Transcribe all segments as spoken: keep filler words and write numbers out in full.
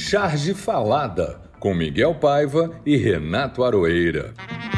Charge Falada, com Miguel Paiva e Renato Aroeira.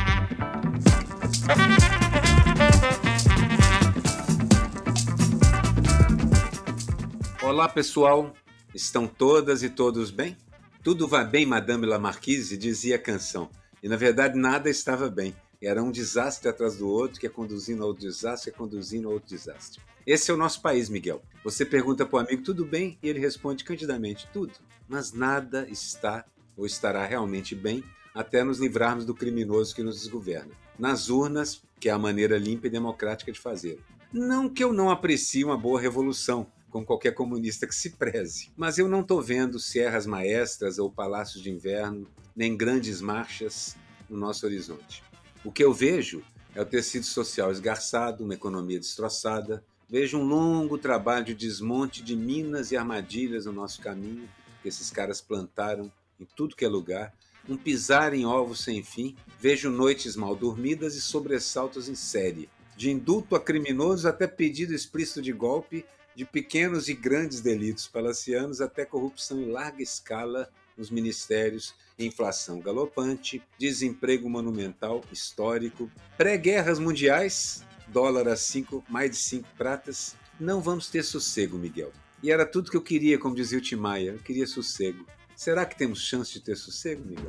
Olá, pessoal. Estão todas e todos bem? Tudo vai bem, Madame La Marquise, dizia a canção. E, na verdade, nada estava bem. Era um desastre atrás do outro, que é conduzindo a outro desastre, que é conduzindo a outro desastre. Esse é o nosso país, Miguel. Você pergunta para o amigo, tudo bem? E ele responde candidamente, tudo. Mas nada está ou estará realmente bem até nos livrarmos do criminoso que nos desgoverna. Nas urnas, que é a maneira limpa e democrática de fazê-lo. Não que eu não aprecie uma boa revolução, com qualquer comunista que se preze. Mas eu não estou vendo serras maestras ou palácios de inverno, nem grandes marchas no nosso horizonte. O que eu vejo é o tecido social esgarçado, uma economia destroçada. Vejo um longo trabalho de desmonte de minas e armadilhas no nosso caminho, que esses caras plantaram em tudo que é lugar. Um pisar em ovos sem fim. Vejo noites mal dormidas e sobressaltos em série. De indulto a criminosos até pedido explícito de golpe, de pequenos e grandes delitos palacianos até corrupção em larga escala nos ministérios, inflação galopante, desemprego monumental histórico, pré-guerras mundiais, dólar a cinco, mais de cinco pratas. Não vamos ter sossego, Miguel. E era tudo que eu queria, como dizia o Tim Maia, eu queria sossego. Será que temos chance de ter sossego, Miguel?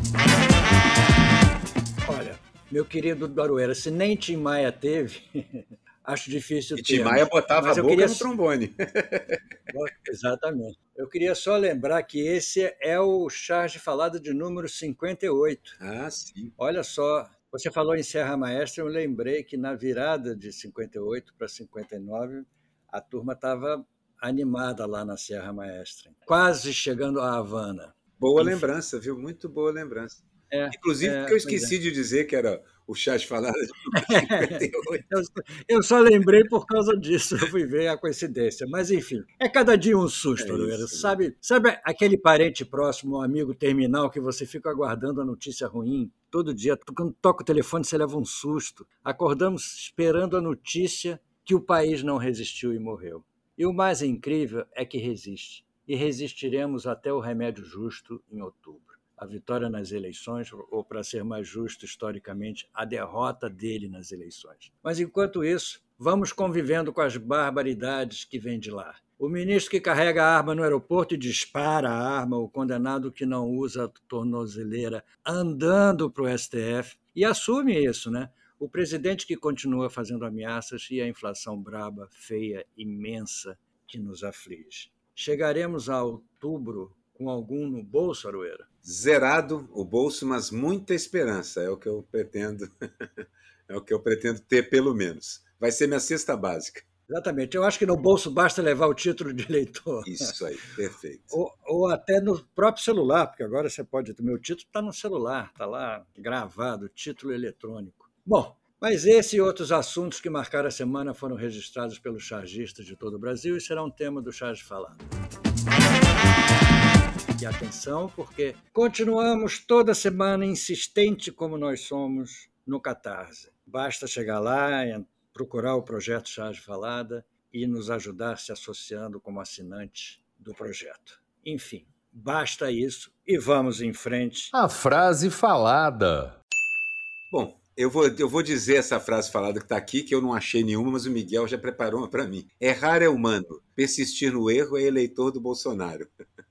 Olha, meu querido Aroeira, se nem Tim Maia teve... Acho difícil ter. E Tim Maia botava a boca queria... no trombone. Exatamente. Eu queria só lembrar que esse é o Charge Falada de número cinquenta e oito. Ah, sim. Olha só, você falou em Serra Maestra, eu lembrei que na virada de cinquenta e oito para cinquenta e nove, a turma estava animada lá na Serra Maestra, quase chegando a Havana. Boa Enfim. lembrança, viu? Muito boa lembrança. É, Inclusive, é, porque eu esqueci é. de dizer que era o Charge Falada de cinquenta e oito. eu, eu só lembrei por causa disso, eu fui ver a coincidência. Mas, enfim, é cada dia um susto, Aroeira. É sabe, sabe aquele parente próximo, um amigo terminal, que você fica aguardando a notícia ruim? Todo dia, quando toca o telefone, você leva um susto. Acordamos esperando a notícia que o país não resistiu e morreu. E o mais incrível é que resiste. E resistiremos até o remédio justo em outubro. A vitória nas eleições, ou, para ser mais justo historicamente, a derrota dele nas eleições. Mas, enquanto isso, vamos convivendo com as barbaridades que vêm de lá. O ministro que carrega a arma no aeroporto e dispara a arma, o condenado que não usa a tornozeleira andando para o S T F, e assume isso, né? O presidente que continua fazendo ameaças e a inflação braba, feia, imensa, que nos aflige. Chegaremos a outubro com algum no bolso, Aroeira? Zerado o bolso, mas muita esperança, é o que eu pretendo, é o que eu pretendo ter pelo menos. Vai ser minha cesta básica. Exatamente, eu acho que no bolso basta levar o título de eleitor. Isso aí, perfeito. Ou, ou até no próprio celular, porque agora você pode, o meu título está no celular, está lá gravado, título eletrônico. Bom, mas esse e outros assuntos que marcaram a semana foram registrados pelos chargistas de todo o Brasil e serão tema do Charge Falado. E atenção, porque continuamos toda semana insistente como nós somos no Catarse. Basta chegar lá, procurar o projeto Charge Falada e nos ajudar se associando como assinante do projeto. Enfim, basta isso e vamos em frente. A frase falada. Bom, eu vou, eu vou dizer essa frase falada que está aqui, que eu não achei nenhuma, mas o Miguel já preparou uma para mim. Errar é humano, persistir no erro é eleitor do Bolsonaro.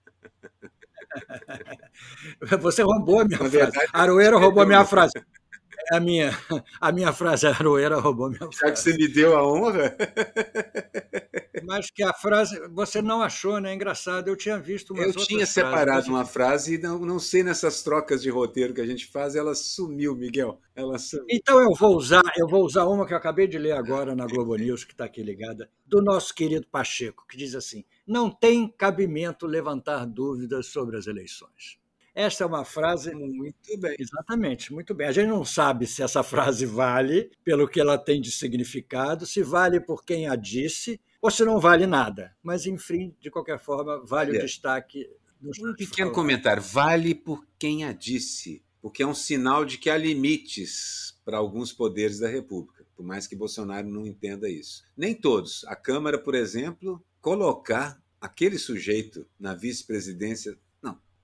Você roubou a minha Na frase. Verdade, Aroeira roubou a minha frase. A minha, a minha frase, Aroeira roubou a minha frase. Já que você me deu a honra. Mas que a frase, você não achou, né? Engraçado, eu tinha visto umas Eu outras tinha separado frases. uma frase e não, não sei, nessas trocas de roteiro que a gente faz, ela sumiu, Miguel. Ela sumiu. Então eu vou usar, eu vou usar uma que eu acabei de ler agora na Globo News, que está aqui ligada, do nosso querido Pacheco, que diz assim: não tem cabimento levantar dúvidas sobre as eleições. Esta é uma frase... Muito bem. Exatamente, muito bem. A gente não sabe se essa frase vale pelo que ela tem de significado, se vale por quem a disse, ou se não vale nada. Mas, enfim, de qualquer forma, vale Olha, o destaque... Um pequeno comentário. Vale por quem a disse, porque é um sinal de que há limites para alguns poderes da República, por mais que Bolsonaro não entenda isso. Nem todos. A Câmara, por exemplo, colocar aquele sujeito na vice-presidência... Não,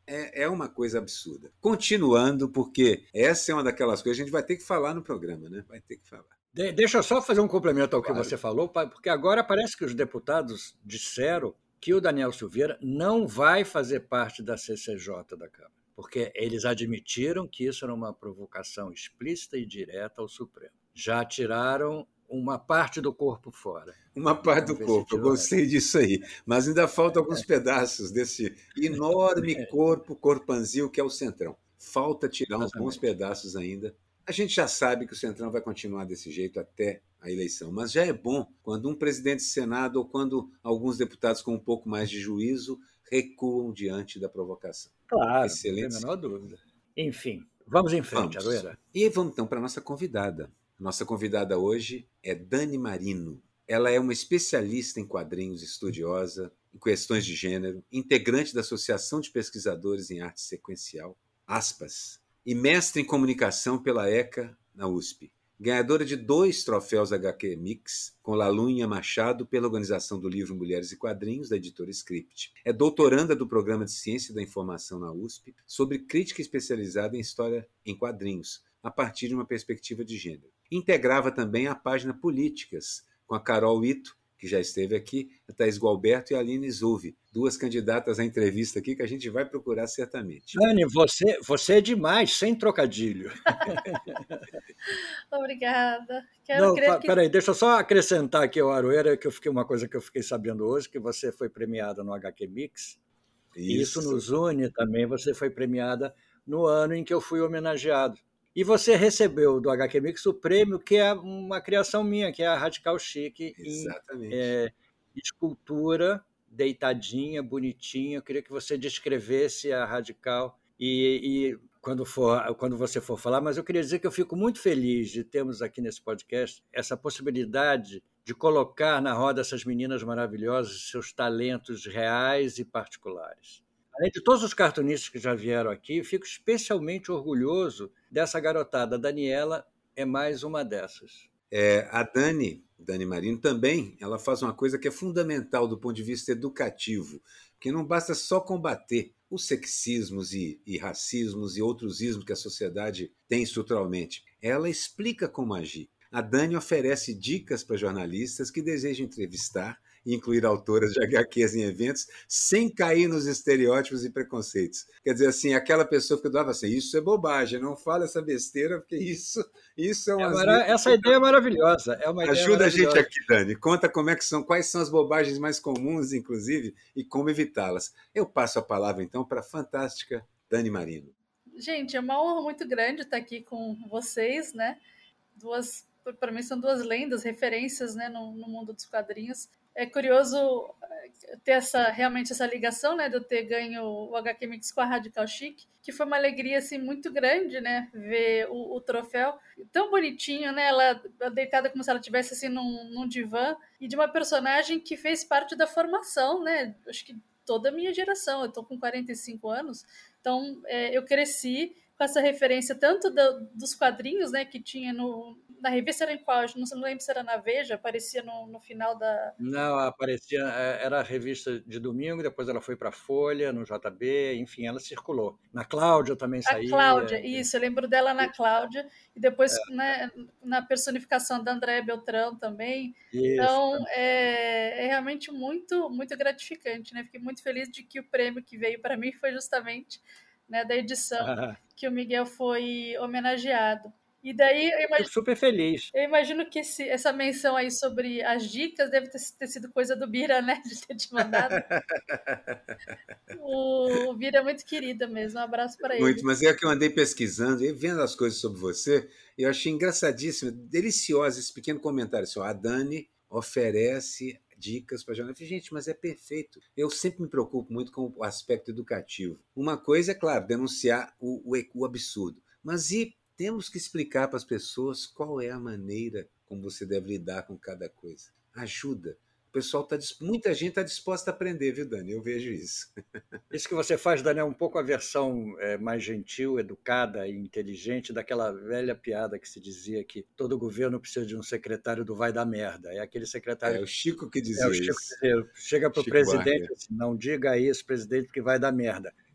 É, é uma coisa absurda. Continuando, porque essa é uma daquelas coisas que a gente vai ter que falar no programa, né? Vai ter que falar. De, deixa eu só fazer um complemento ao Claro. que você falou, porque agora parece que os deputados disseram que o Daniel Silveira não vai fazer parte da C C J da Câmara, porque eles admitiram que isso era uma provocação explícita e direta ao Supremo. Já tiraram uma parte do corpo fora. Uma parte do corpo, eu gostei disso aí. Mas ainda faltam alguns pedaços desse enorme corpo, corpanzil que é o Centrão. Falta tirar uns bons pedaços ainda. A gente já sabe que o Centrão vai continuar desse jeito até a eleição, mas já é bom quando um presidente de Senado ou quando alguns deputados com um pouco mais de juízo recuam diante da provocação. Claro, Excelente. Não tem a menor dúvida. Enfim, vamos em frente, vamos. Aroeira. E vamos então para a nossa convidada. Nossa convidada hoje é Dani Marino. Ela é uma especialista em quadrinhos, estudiosa em questões de gênero, integrante da Associação de Pesquisadores em Arte Sequencial, aspas, e mestre em comunicação pela ECA na U S P. Ganhadora de dois troféus H Q Mix com Lalunha Machado pela organização do livro Mulheres e Quadrinhos, da editora Script. É doutoranda do Programa de Ciência da Informação na U S P sobre crítica especializada em história em quadrinhos, a partir de uma perspectiva de gênero. Integrava também a página Políticas, com a Carol Ito, que já esteve aqui, a Thaís Gualberto e a Aline Zuvi, duas candidatas à entrevista aqui que a gente vai procurar certamente. Dani, você, você é demais, sem trocadilho. Obrigada. Quero Não, crer pa, que... Peraí, deixa eu só acrescentar aqui ao Aroeira, que eu fiquei uma coisa que eu fiquei sabendo hoje, que você foi premiada no H Q Mix, isso. E isso nos une também, você foi premiada no ano em que eu fui homenageado. E você recebeu do H Q Mix o prêmio, que é uma criação minha, que é a Radical Chic, Exatamente. em é, escultura, deitadinha, bonitinha. Eu queria que você descrevesse a Radical e, e quando, for, quando você for falar, mas eu queria dizer que eu fico muito feliz de termos aqui nesse podcast essa possibilidade de colocar na roda essas meninas maravilhosas, seus talentos reais e particulares. Além de todos os cartunistas que já vieram aqui, fico especialmente orgulhoso dessa garotada. A Daniela é mais uma dessas. É, a Dani, Dani Marino, também ela faz uma coisa que é fundamental do ponto de vista educativo, que não basta só combater os sexismos e, e racismos e outros ismos que a sociedade tem estruturalmente. Ela explica como agir. A Dani oferece dicas para jornalistas que desejam entrevistar e incluir autoras de H Qs em eventos sem cair nos estereótipos e preconceitos. Quer dizer, assim, aquela pessoa que falava assim, isso é bobagem, não fala essa besteira, porque isso, isso é uma... É mara... Essa ideia é maravilhosa. É uma ideia Ajuda maravilhosa. a gente aqui, Dani. Conta como é que são, quais são as bobagens mais comuns, inclusive, e como evitá-las. Eu passo a palavra, então, para a fantástica Dani Marino. Gente, é uma honra muito grande estar aqui com vocês, né? Duas, para mim são duas lendas, referências, né, no, no mundo dos quadrinhos. É curioso ter essa, realmente essa ligação, né, de eu ter ganho o H Q Mix com a Radical Chic, que foi uma alegria assim, muito grande, né, ver o, o troféu tão bonitinho, né, ela deitada como se ela estivesse assim, num, num divã, e de uma personagem que fez parte da formação, né, acho que toda a minha geração. Eu estou com quarenta e cinco anos, então é, eu cresci com essa referência tanto do, dos quadrinhos, né, que tinha no, na revista, era em qual? Não lembro se era na Veja, aparecia no, no final da... Não, aparecia, era a revista de domingo, depois ela foi para a Folha, no J B, enfim, ela circulou. Na Cláudia também saía. A Cláudia, isso, eu lembro dela na Cláudia, e depois é. né, na personificação da Andréa Beltrão também. Isso. Então, é, é realmente muito, muito gratificante, né? Fiquei muito feliz de que o prêmio que veio para mim foi justamente... né, da edição ah. que o Miguel foi homenageado. E daí eu imagino, super feliz. Eu imagino que esse, essa menção aí sobre as dicas deve ter, ter sido coisa do Bira, né? De ter te mandado. o, o Bira é muito querido mesmo. Um abraço para ele. Muito, mas é que eu andei pesquisando e vendo as coisas sobre você, e eu achei engraçadíssimo, delicioso esse pequeno comentário. Assim, ó, a Dani oferece dicas para jornalistas. Gente, mas é perfeito. Eu sempre me preocupo muito com o aspecto educativo. Uma coisa é, claro, denunciar o, o, o absurdo, mas e temos que explicar para as pessoas qual é a maneira como você deve lidar com cada coisa. Ajuda. O pessoal tá, muita gente está disposta a aprender, viu, Dani? Eu vejo isso. Isso que você faz, Dani, é um pouco a versão é, mais gentil, educada e inteligente daquela velha piada que se dizia que todo governo precisa de um secretário do vai dar merda. É aquele secretário... É o Chico que dizia é, o Chico isso. Dizia, chega para o presidente assim, não diga isso, presidente, porque vai dar merda.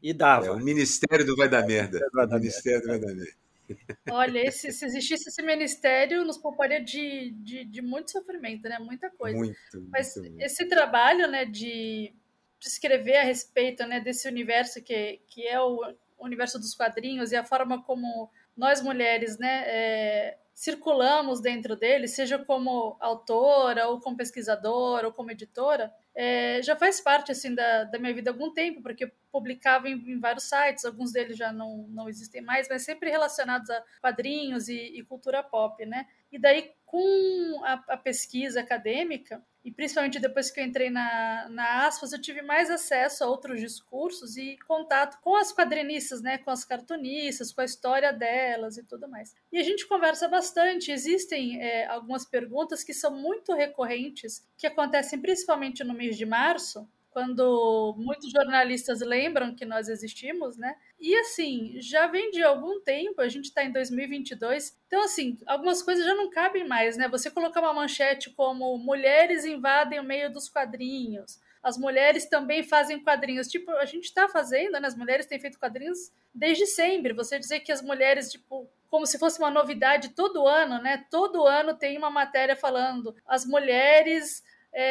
E dava. É o Ministério do Vai Dar Merda. Vai dar O Ministério merda. do Vai Dar Merda. Olha, esse, se existisse esse ministério, nos pouparia de, de, de muito sofrimento, né? Muita coisa. Muito, Mas muito, muito. esse trabalho, né, de, de escrever a respeito, né, desse universo que, que é o universo dos quadrinhos e a forma como nós mulheres, né, é, circulamos dentro dele, seja como autora, ou como pesquisadora, ou como editora, é, já faz parte assim da, da minha vida há algum tempo, porque eu publicava em, em vários sites, alguns deles já não, não existem mais, mas sempre relacionados a quadrinhos e, e cultura pop, né? E daí, com a, a pesquisa acadêmica, e principalmente depois que eu entrei na, na Aspas, eu tive mais acesso a outros discursos e contato com as quadrinistas, né, com as cartunistas, com a história delas e tudo mais. E a gente conversa bastante, existem é, algumas perguntas que são muito recorrentes, que acontecem principalmente no mês de março, quando muitos jornalistas lembram que nós existimos, né? E assim, já vem de algum tempo, a gente está em dois mil e vinte e dois, então assim, algumas coisas já não cabem mais, né? Você colocar uma manchete como mulheres invadem o meio dos quadrinhos, as mulheres também fazem quadrinhos, tipo, a gente está fazendo, né? As mulheres têm feito quadrinhos desde sempre, você dizer que as mulheres, tipo, como se fosse uma novidade todo ano, né? Todo ano tem uma matéria falando, as mulheres...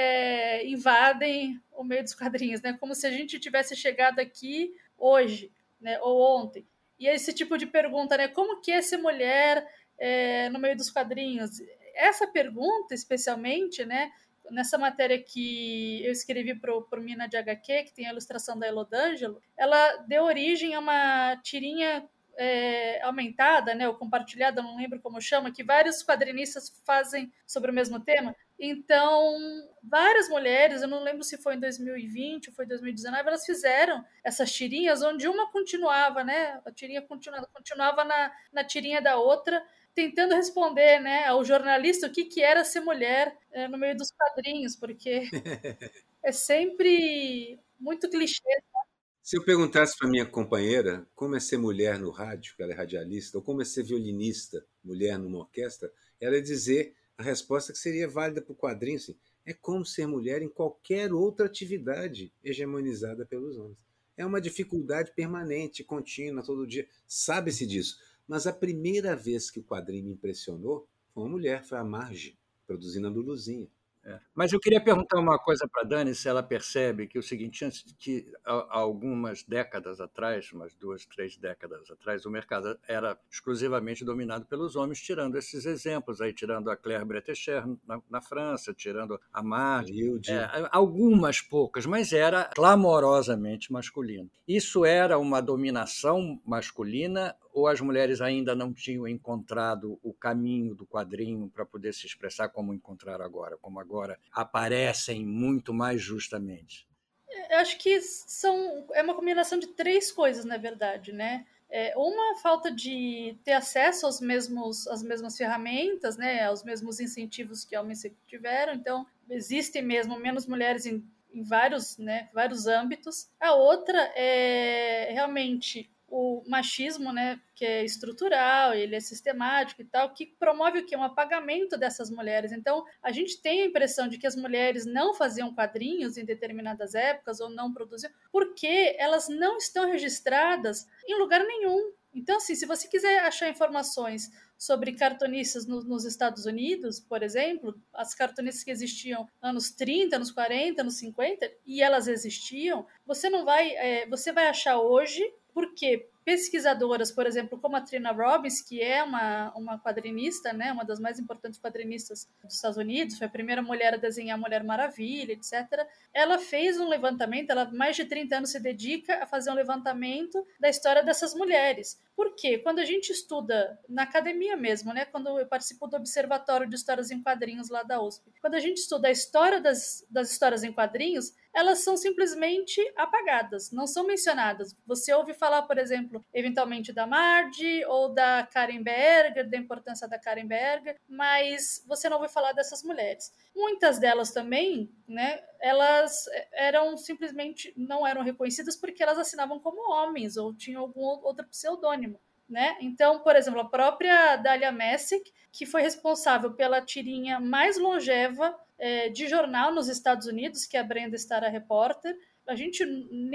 É, invadem o meio dos quadrinhos, né? Como se a gente tivesse chegado aqui hoje, né? Ou ontem. E esse tipo de pergunta, né? Como que é ser mulher é, no meio dos quadrinhos? Essa pergunta, especialmente, né? Nessa matéria que eu escrevi para o Mina de H Q, que tem a ilustração da Elodângelo, ela deu origem a uma tirinha é, aumentada, né, ou compartilhada, não lembro como chama, que vários quadrinistas fazem sobre o mesmo tema. Então, várias mulheres, eu não lembro se foi em dois mil e vinte ou foi em dois mil e dezenove, elas fizeram essas tirinhas onde uma continuava, né, a tirinha continuava, continuava na, na tirinha da outra, tentando responder, né, ao jornalista o que, que era ser mulher é, no meio dos quadrinhos, porque é sempre muito clichê. Se eu perguntasse para minha companheira como é ser mulher no rádio, que ela é radialista, ou como é ser violinista, mulher numa orquestra, ela ia dizer a resposta que seria válida para o quadrinho, assim, é como ser mulher em qualquer outra atividade hegemonizada pelos homens. É uma dificuldade permanente, contínua, todo dia. Sabe-se disso. Mas a primeira vez que o quadrinho me impressionou foi uma mulher, foi a Marge, produzindo a Luluzinha. É. Mas eu queria perguntar uma coisa para a Dani, se ela percebe que o seguinte, antes que há algumas décadas atrás, umas duas, três décadas atrás, o mercado era exclusivamente dominado pelos homens, tirando esses exemplos, aí, tirando a Claire Bretécher na, na França, tirando a Marge, é, algumas poucas, mas era clamorosamente masculino. Isso era uma dominação masculina ou as mulheres ainda não tinham encontrado o caminho do quadrinho para poder se expressar como encontraram agora, como agora aparecem muito mais justamente? Eu acho que são, é uma combinação de três coisas, na verdade, né? É, uma, falta de ter acesso aos mesmos, às mesmas ferramentas, né? Aos mesmos incentivos que homens tiveram, então existem mesmo menos mulheres em, em vários, né, vários âmbitos. A outra é realmente o machismo, né, que é estrutural, ele é sistemático e tal, que promove o quê? Um apagamento dessas mulheres. Então, a gente tem a impressão de que as mulheres não faziam quadrinhos em determinadas épocas ou não produziam, porque elas não estão registradas em lugar nenhum. Então, assim, se você quiser achar informações sobre cartunistas no, nos Estados Unidos, por exemplo, as cartunistas que existiam anos trinta, anos quarenta, anos cinquenta, e elas existiam, você não vai, é, você vai achar hoje, porque pesquisadoras, por exemplo, como a Trina Robbins, que é uma, uma quadrinista, né, uma das mais importantes quadrinistas dos Estados Unidos, foi a primeira mulher a desenhar Mulher Maravilha, etcétera. Ela fez um levantamento, ela há mais de trinta anos se dedica a fazer um levantamento da história dessas mulheres. Por quê? Quando a gente estuda na academia mesmo, né, quando eu participo do Observatório de Histórias em Quadrinhos lá da U S P, quando a gente estuda a história das, das histórias em quadrinhos, elas são simplesmente apagadas, não são mencionadas. Você ouve falar, por exemplo, eventualmente da Marge ou da Karen Berger, da importância da Karen Berger, mas você não ouve falar dessas mulheres. Muitas delas também, né, elas eram simplesmente, não eram reconhecidas porque elas assinavam como homens ou tinham algum outro pseudônimo. Né? Então, por exemplo, a própria Dahlia Messick, que foi responsável pela tirinha mais longeva é, de jornal nos Estados Unidos, que é a Brenda Starr, a repórter, a gente nem,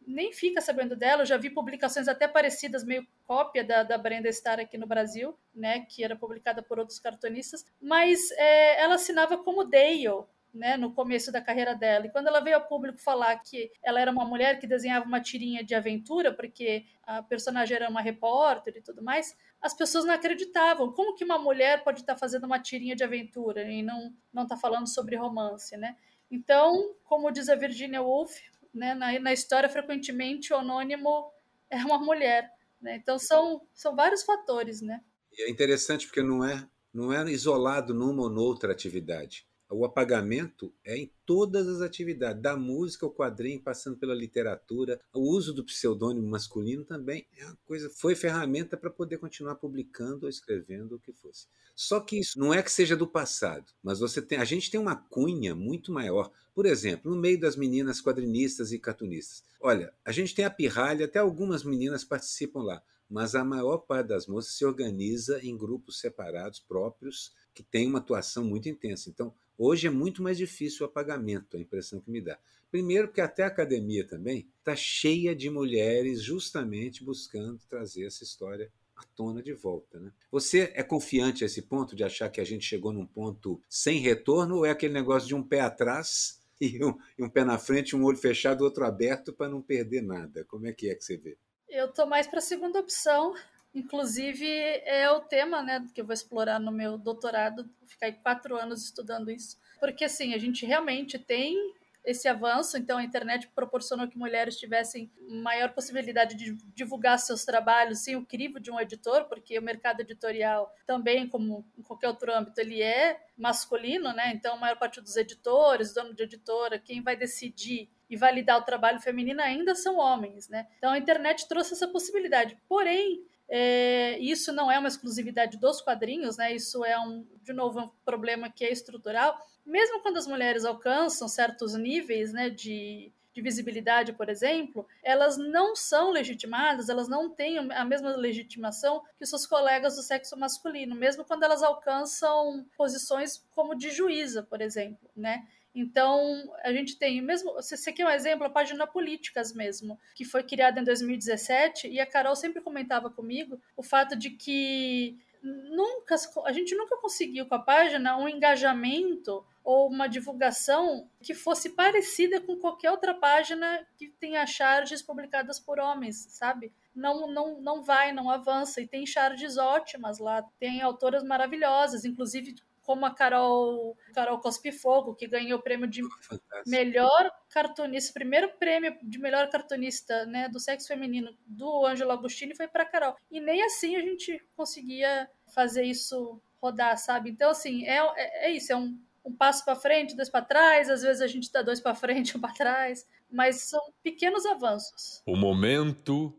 nem fica sabendo dela. Eu já vi publicações até parecidas, meio cópia da, da Brenda Starr aqui no Brasil, né, que era publicada por outros cartunistas, mas é, ela assinava como Dale, né, no começo da carreira dela. E quando ela veio ao público falar que ela era uma mulher que desenhava uma tirinha de aventura, porque a personagem era uma repórter e tudo mais, as pessoas não acreditavam. Como que uma mulher pode estar fazendo uma tirinha de aventura e não não está falando sobre romance, né? Então, como diz a Virginia Woolf, né, na, na história, frequentemente, o anônimo é uma mulher. Né? Então, são, são vários fatores. Né? E é interessante porque não é, não é isolado numa ou noutra atividade. O apagamento é em todas as atividades, da música ao quadrinho, passando pela literatura. O uso do pseudônimo masculino também é uma coisa, foi ferramenta para poder continuar publicando ou escrevendo o que fosse. Só que isso não é que seja do passado, mas você tem, a gente tem uma cunha muito maior. Por exemplo, no meio das meninas quadrinistas e cartunistas. Olha, a gente tem a pirralha, até algumas meninas participam lá, mas a maior parte das moças se organiza em grupos separados próprios, que tem uma atuação muito intensa. Então, hoje é muito mais difícil o apagamento, a impressão que me dá. Primeiro, porque até a academia também está cheia de mulheres justamente buscando trazer essa história à tona de volta. Né? Você é confiante a esse ponto de achar que a gente chegou num ponto sem retorno, ou é aquele negócio de um pé atrás e um, e um pé na frente, um olho fechado, outro aberto, para não perder nada? Como é que é que você vê? Eu estou mais para a segunda opção. Inclusive, é o tema, né, que eu vou explorar no meu doutorado, vou ficar aí quatro anos estudando isso. Porque, assim, a gente realmente tem esse avanço, então a internet proporcionou que mulheres tivessem maior possibilidade de divulgar seus trabalhos sem o crivo de um editor, porque o mercado editorial também, como em qualquer outro âmbito, ele é masculino, né? Então a maior parte dos editores, dono de editora, quem vai decidir e validar o trabalho feminino ainda são homens, né? Então a internet trouxe essa possibilidade. Porém, É, isso não é uma exclusividade dos quadrinhos, né? Isso é, um, de novo, um problema que é estrutural. Mesmo quando as mulheres alcançam certos níveis, né, de, de visibilidade, por exemplo, elas não são legitimadas, elas não têm a mesma legitimação que seus colegas do sexo masculino, mesmo quando elas alcançam posições como de juíza, por exemplo, né? Então, a gente tem, mesmo, esse aqui é um exemplo, a página Políticas mesmo, que foi criada em dois mil e dezessete, e a Carol sempre comentava comigo o fato de que nunca, a gente nunca conseguiu com a página um engajamento ou uma divulgação que fosse parecida com qualquer outra página que tenha charges publicadas por homens, sabe? Não, não, não vai, não avança, e tem charges ótimas lá, tem autoras maravilhosas, inclusive como a Carol, Carol Cospe Fogo, que ganhou o prêmio de Fantástico. Melhor cartunista, primeiro prêmio de melhor cartunista, né, do sexo feminino do Ângelo Agostini foi para Carol. E nem assim a gente conseguia fazer isso rodar, sabe? Então, assim, é, é, é isso, é um, um passo para frente, dois para trás, às vezes a gente dá dois para frente, um para trás, mas são pequenos avanços. O momento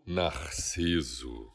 Narciso.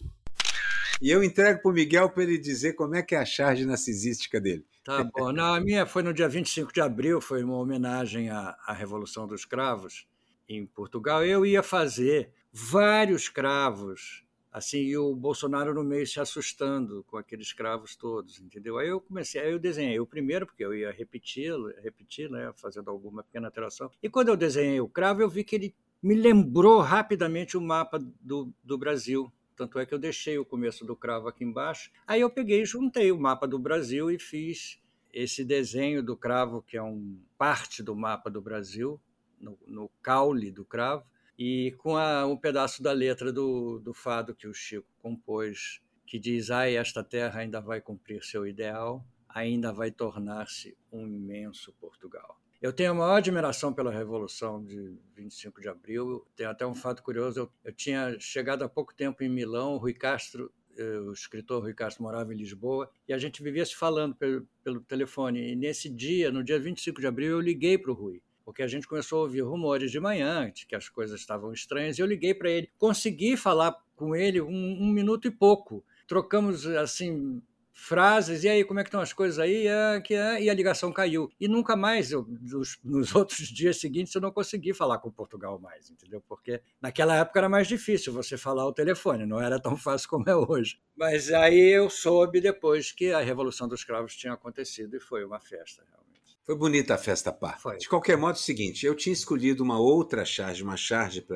E eu entrego para o Miguel para ele dizer como é que é a charge narcisística dele. Tá bom. Não, a minha foi no dia vinte e cinco de abril, foi uma homenagem à, à Revolução dos Cravos em Portugal. Eu ia fazer vários cravos, assim, e o Bolsonaro no meio se assustando com aqueles cravos todos, entendeu? Aí eu comecei, aí eu desenhei o primeiro, porque eu ia repetir, repetir, né, fazendo alguma pequena alteração. E quando eu desenhei o cravo, eu vi que ele me lembrou rapidamente o mapa do, do Brasil. Tanto é que eu deixei o começo do cravo aqui embaixo. Aí eu peguei e juntei o mapa do Brasil e fiz esse desenho do cravo, que é um parte do mapa do Brasil, no, no caule do cravo, e com a, um pedaço da letra do, do fado que o Chico compôs, que diz: ai, esta terra ainda vai cumprir seu ideal, ainda vai tornar-se um imenso Portugal. Eu tenho a maior admiração pela Revolução de vinte e cinco de abril. Tem até um fato curioso. Eu, eu tinha chegado há pouco tempo em Milão, o Rui Castro, o escritor Rui Castro morava em Lisboa, e a gente vivia se falando pelo, pelo telefone. E nesse dia, no dia vinte e cinco de abril, eu liguei para o Rui, porque a gente começou a ouvir rumores de manhã, de que as coisas estavam estranhas, e eu liguei para ele. Consegui falar com ele um, um minuto e pouco. Trocamos, assim, frases, e aí, como é que estão as coisas aí? Ah, que, ah, e a ligação caiu. E nunca mais, eu, nos, nos outros dias seguintes, eu não consegui falar com Portugal mais, entendeu? Porque naquela época era mais difícil você falar ao telefone, não era tão fácil como é hoje. Mas aí eu soube depois que a Revolução dos Cravos tinha acontecido e foi uma festa, realmente. Foi bonita a festa, pá. Foi. De qualquer modo, é o seguinte, eu tinha escolhido uma outra charge, uma charge para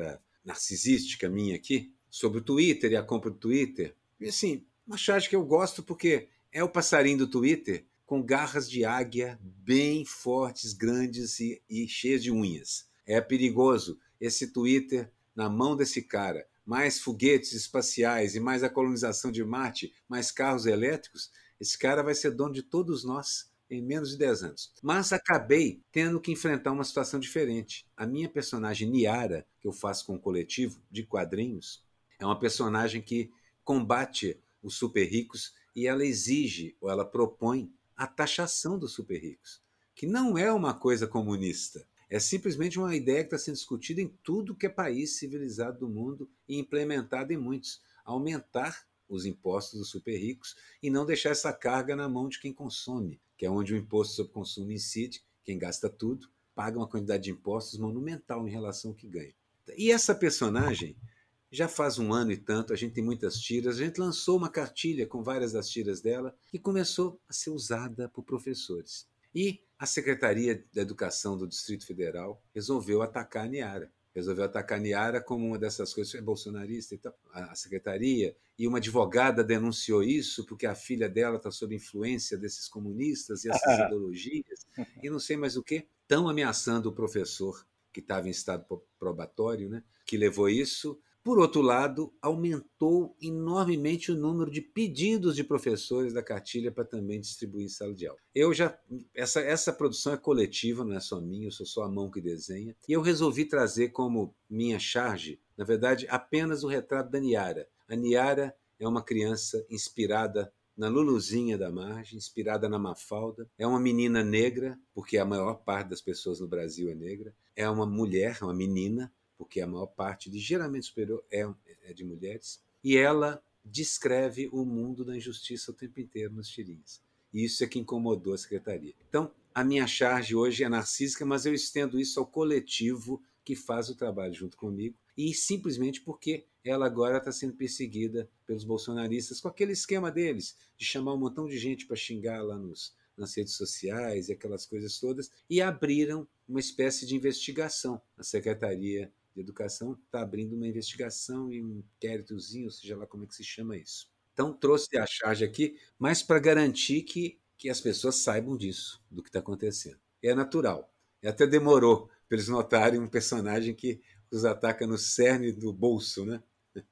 narcisística minha aqui, sobre o Twitter e a compra do Twitter. E assim, uma charge que eu gosto porque é o passarinho do Twitter com garras de águia bem fortes, grandes e, e cheias de unhas. É perigoso esse Twitter na mão desse cara. Mais foguetes espaciais e mais a colonização de Marte, mais carros elétricos, esse cara vai ser dono de todos nós em menos de dez anos. Mas acabei tendo que enfrentar uma situação diferente. A minha personagem Niara, que eu faço com um coletivo de quadrinhos, é uma personagem que combate os super ricos e ela exige, ou ela propõe, a taxação dos super ricos, que não é uma coisa comunista. É simplesmente uma ideia que está sendo discutida em tudo que é país civilizado do mundo e implementada em muitos. Aumentar os impostos dos super ricos e não deixar essa carga na mão de quem consome, que é onde o imposto sobre consumo incide, quem gasta tudo, paga uma quantidade de impostos monumental em relação ao que ganha. E essa personagem, já faz um ano e tanto, a gente tem muitas tiras, a gente lançou uma cartilha com várias das tiras dela e começou a ser usada por professores. E a Secretaria da Educação do Distrito Federal resolveu atacar a Niara. Resolveu atacar a Niara como uma dessas coisas, é bolsonarista e tal, a secretaria, e uma advogada denunciou isso porque a filha dela está sob influência desses comunistas e essas ideologias, e não sei mais o quê. Estão ameaçando o professor que estava em estado probatório, né, que levou isso. Por outro lado, aumentou enormemente o número de pedidos de professores da cartilha para também distribuir em sala de aula. Eu já, essa, essa produção é coletiva, não é só minha, eu sou só a mão que desenha. E eu resolvi trazer como minha charge, na verdade, apenas o retrato da Niara. A Niara é uma criança inspirada na Luluzinha da Margem, inspirada na Mafalda. É uma menina negra, porque a maior parte das pessoas no Brasil é negra. É uma mulher, uma menina, porque a maior parte, ligeiramente superior, é, é de mulheres, e ela descreve o mundo da injustiça o tempo inteiro nas tirinhas. E isso é que incomodou a secretaria. Então, a minha charge hoje é narcísica, mas eu estendo isso ao coletivo que faz o trabalho junto comigo, e simplesmente porque ela agora está sendo perseguida pelos bolsonaristas com aquele esquema deles, de chamar um montão de gente para xingar lá nos, nas redes sociais e aquelas coisas todas, e abriram uma espécie de investigação. A Secretaria de Educação está abrindo uma investigação e um inquéritozinho, seja lá como é que se chama isso. Então, trouxe a charge aqui, mas para garantir que, que as pessoas saibam disso, do que está acontecendo. É natural. E até demorou para eles notarem um personagem que os ataca no cerne do bolso, né?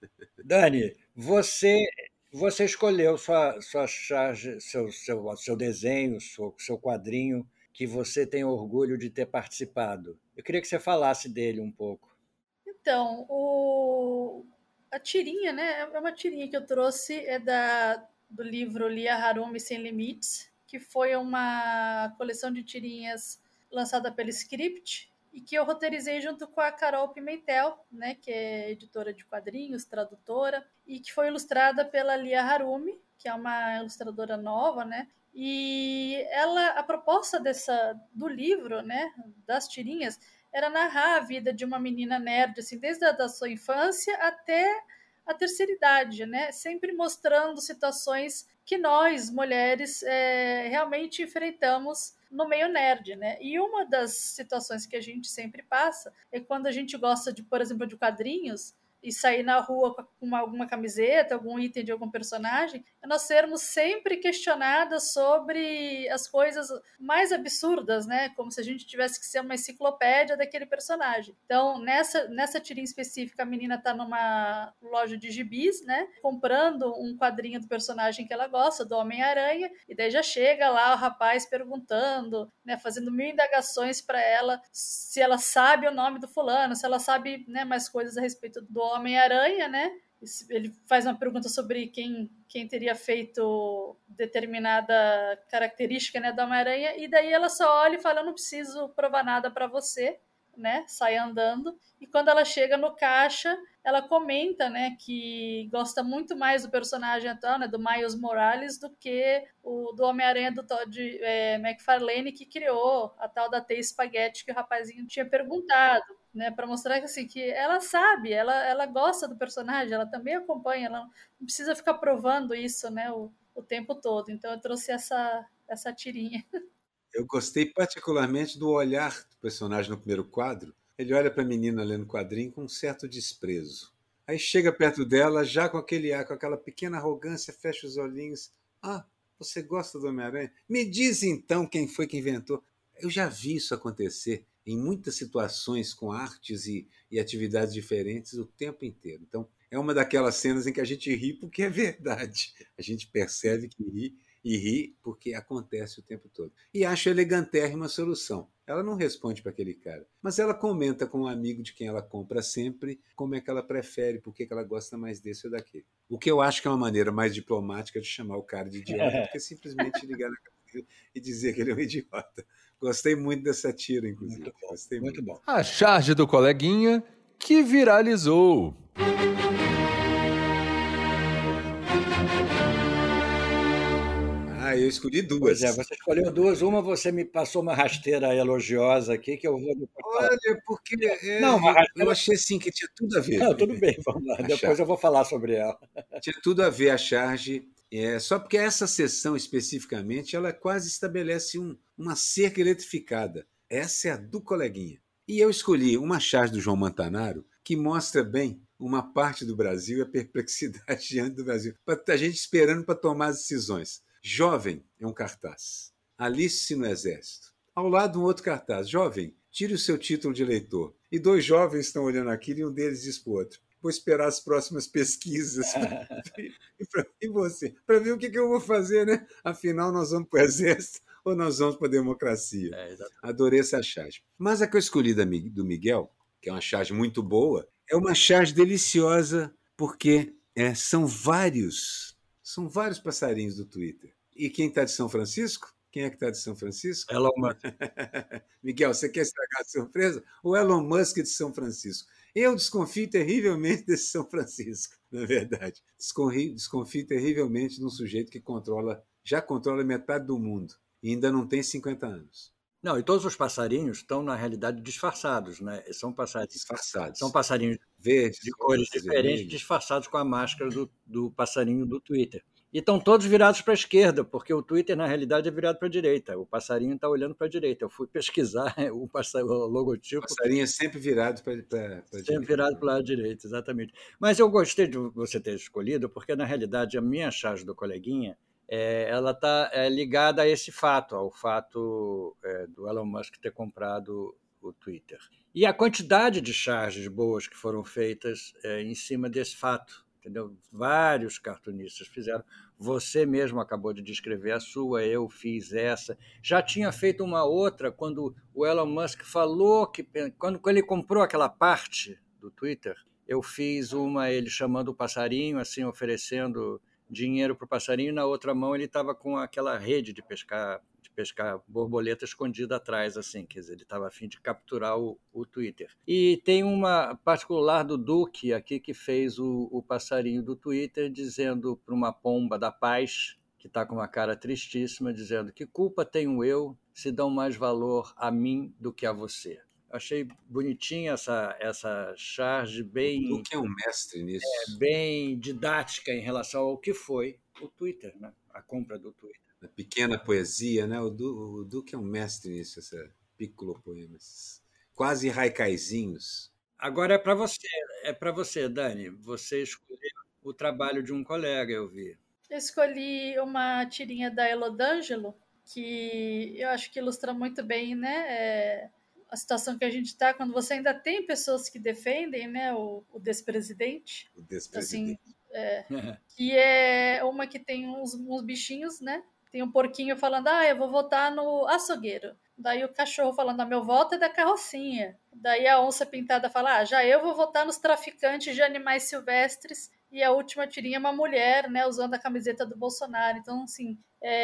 Dani, você, você escolheu sua, sua charge, seu, seu, seu desenho, seu, seu quadrinho, que você tem orgulho de ter participado. Eu queria que você falasse dele um pouco. Então, o... a tirinha, né? É uma tirinha que eu trouxe, é da, do livro Lia Harumi Sem Limites, que foi uma coleção de tirinhas lançada pela Script e que eu roteirizei junto com a Carol Pimentel, né? Que é editora de quadrinhos, tradutora, e que foi ilustrada pela Lia Harumi, que é uma ilustradora nova, né? E ela, a proposta dessa, do livro, né? Das tirinhas, era narrar a vida de uma menina nerd, assim, desde a da sua infância até a terceira idade, né? Sempre mostrando situações que nós, mulheres, é, realmente enfrentamos no meio nerd, né? E uma das situações que a gente sempre passa é quando a gente gosta, de, por exemplo, de quadrinhos, e sair na rua com uma, alguma camiseta, algum item de algum personagem, é nós sermos sempre questionadas sobre as coisas mais absurdas, né? Como se a gente tivesse que ser uma enciclopédia daquele personagem. Então, nessa, nessa tirinha específica, a menina está numa loja de gibis, né? Comprando um quadrinho do personagem que ela gosta, do Homem-Aranha, e daí já chega lá o rapaz perguntando, né? Fazendo mil indagações para ela, se ela sabe o nome do fulano, se ela sabe, né, mais coisas a respeito do Homem-Aranha, né? Ele faz uma pergunta sobre quem, quem teria feito determinada característica, né, do Homem-Aranha, e daí ela só olha e fala: eu não preciso provar nada para você, né? Sai andando. E quando ela chega no caixa, ela comenta, né, que gosta muito mais do personagem atual, né, do Miles Morales, do que o do Homem-Aranha do Todd é, McFarlane, que criou a tal da Teia Spaghetti que o rapazinho tinha perguntado, né, para mostrar que, assim, que ela sabe, ela, ela gosta do personagem, ela também acompanha, ela não precisa ficar provando isso, né, o, o tempo todo. Então eu trouxe essa, essa tirinha. Eu gostei particularmente do olhar do personagem no primeiro quadro. Ele olha para a menina lendo quadrinho com um certo desprezo. Aí chega perto dela, já com aquele ar, com aquela pequena arrogância, fecha os olhinhos. Ah, você gosta do Homem-Aranha? Me diz então quem foi que inventou. Eu já vi isso acontecer em muitas situações com artes e, e atividades diferentes o tempo inteiro. Então, é uma daquelas cenas em que a gente ri porque é verdade. A gente percebe que ri e ri porque acontece o tempo todo. E acho elegantérrima a solução. Ela não responde para aquele cara, mas ela comenta com um amigo de quem ela compra sempre como é que ela prefere, por que ela gosta mais desse ou daquele. O que eu acho que é uma maneira mais diplomática de chamar o cara de idiota do que simplesmente ligar na cara dele e dizer que ele é um idiota. Gostei muito dessa tira, inclusive. Muito bom, Gostei muito muito. bom. A charge do coleguinha que viralizou. Ah, eu escolhi duas. Pois é, você escolheu duas. Uma você me passou uma rasteira elogiosa aqui, que eu vou depois falar. Olha, porque é, Não, uma eu, rasteira... eu achei assim que tinha tudo a ver. Não, tudo bem, vamos lá. A Depois charge. eu vou falar sobre ela. Tinha tudo a ver a charge, é, só porque essa sessão especificamente, ela quase estabelece um, uma cerca eletrificada. Essa é a do coleguinha. E eu escolhi uma charge do João Montanaro que mostra bem uma parte do Brasil e a perplexidade diante do Brasil. A gente esperando para tomar as decisões. Jovem é um cartaz. Alice no Exército. Ao lado, um outro cartaz. Jovem, tire o seu título de eleitor. E dois jovens estão olhando aquilo e um deles diz para o outro: vou esperar as próximas pesquisas. e, pra, e você? Para ver o que, que eu vou fazer, né? Afinal, nós vamos para o Exército ou nós vamos para a democracia? É, Adorei essa charge. Mas a que eu escolhi da, do Miguel, que é uma charge muito boa, é uma charge deliciosa porque é, são vários, são vários passarinhos do Twitter. E quem está de São Francisco? Quem é que está de São Francisco? Elon Musk. Miguel, você quer estragar a surpresa? O Elon Musk de São Francisco. Eu desconfio terrivelmente desse São Francisco, na verdade. Desconfio, desconfio terrivelmente de um sujeito que controla, já controla metade do mundo e ainda não tem cinquenta anos. Não, e todos os passarinhos estão, na realidade, disfarçados, né? São passarinhos disfarçados. São passarinhos Verdes, de cores diferentes, vermelho. disfarçados com a máscara do, do passarinho do Twitter. E estão todos virados para a esquerda, porque o Twitter, na realidade, é virado para a direita. O passarinho está olhando para a direita. Eu fui pesquisar o, passa, o logotipo. O passarinho é sempre virado para a direita. Sempre virado para a direita, exatamente. Mas eu gostei de você ter escolhido, porque, na realidade, a minha charge do coleguinha, é, ela está é, ligada a esse fato, ao fato é, do Elon Musk ter comprado o Twitter. E a quantidade de charges boas que foram feitas é, em cima desse fato. Entendeu? Vários cartunistas fizeram. Você mesmo acabou de descrever a sua, eu fiz essa. Já tinha feito uma outra quando o Elon Musk falou que, quando, quando ele comprou aquela parte do Twitter, eu fiz uma, ele chamando o passarinho, assim, oferecendo dinheiro para o passarinho, e na outra mão ele estava com aquela rede de pescar, de pescar borboleta escondida atrás, assim, quer dizer, ele estava a fim de capturar o, o Twitter. E tem uma particular do Duque aqui que fez o, o passarinho do Twitter dizendo para uma pomba da paz, que está com uma cara tristíssima, dizendo: que culpa tenho eu se dão mais valor a mim do que a você. Achei bonitinha essa, essa charge, bem... O Duque é um mestre nisso. É, bem didática em relação ao que foi o Twitter, né? A compra do Twitter. A pequena poesia, né? O, du, o Duque é um mestre nisso, essa piccolo poemas. Quase raicaizinhos. Agora é para você, é para você, Dani. Você escolheu o trabalho de um colega, eu vi. Eu escolhi uma tirinha da Elodângelo, que eu acho que ilustra muito bem, né? É... a situação que a gente está, quando você ainda tem pessoas que defendem, né, o, o despresidente. O despresidente. Assim, é, que é uma que tem uns, uns bichinhos, né? Tem um porquinho falando: ah, eu vou votar no açougueiro. Daí o cachorro falando: ah, meu voto é da carrocinha. Daí a onça pintada fala: ah, já eu vou votar nos traficantes de animais silvestres. E a última tirinha é uma mulher, né, usando a camiseta do Bolsonaro. Então, assim,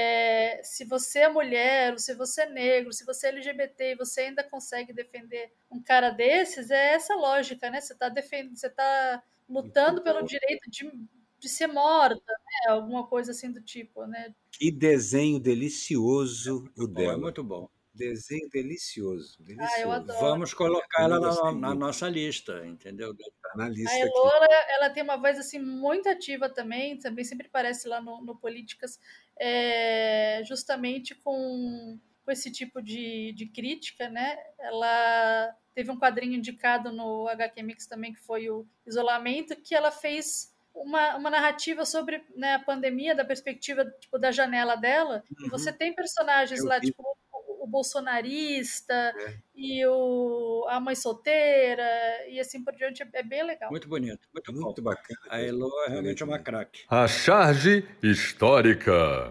é, se você é mulher, ou se você é negro, se você é L G B T e você ainda consegue defender um cara desses, é essa lógica, né? Você está defendendo, você está lutando pelo direito de, de ser morta, né? Alguma coisa assim do tipo, né? Que desenho delicioso é o dela. É muito bom. Desenho delicioso, delicioso. Ah, eu adoro. Vamos colocá-la na, na nossa lista, entendeu? Tá na lista a Elo, ela, ela tem uma voz assim muito ativa também, também sempre aparece lá no, no Políticas, é, justamente com, com esse tipo de, de crítica, né? Ela teve um quadrinho indicado no H Q Mix também, que foi o Isolamento, que ela fez uma, uma narrativa sobre, né, a pandemia, da perspectiva tipo, da janela dela, uhum. E você tem personagens Eu lá, vi. tipo o, o bolsonarista É. e o, a mãe solteira, e assim por diante, é, é bem legal. Muito bonito, muito, Muito bom. bacana. A Elo realmente é uma craque. A charge histórica.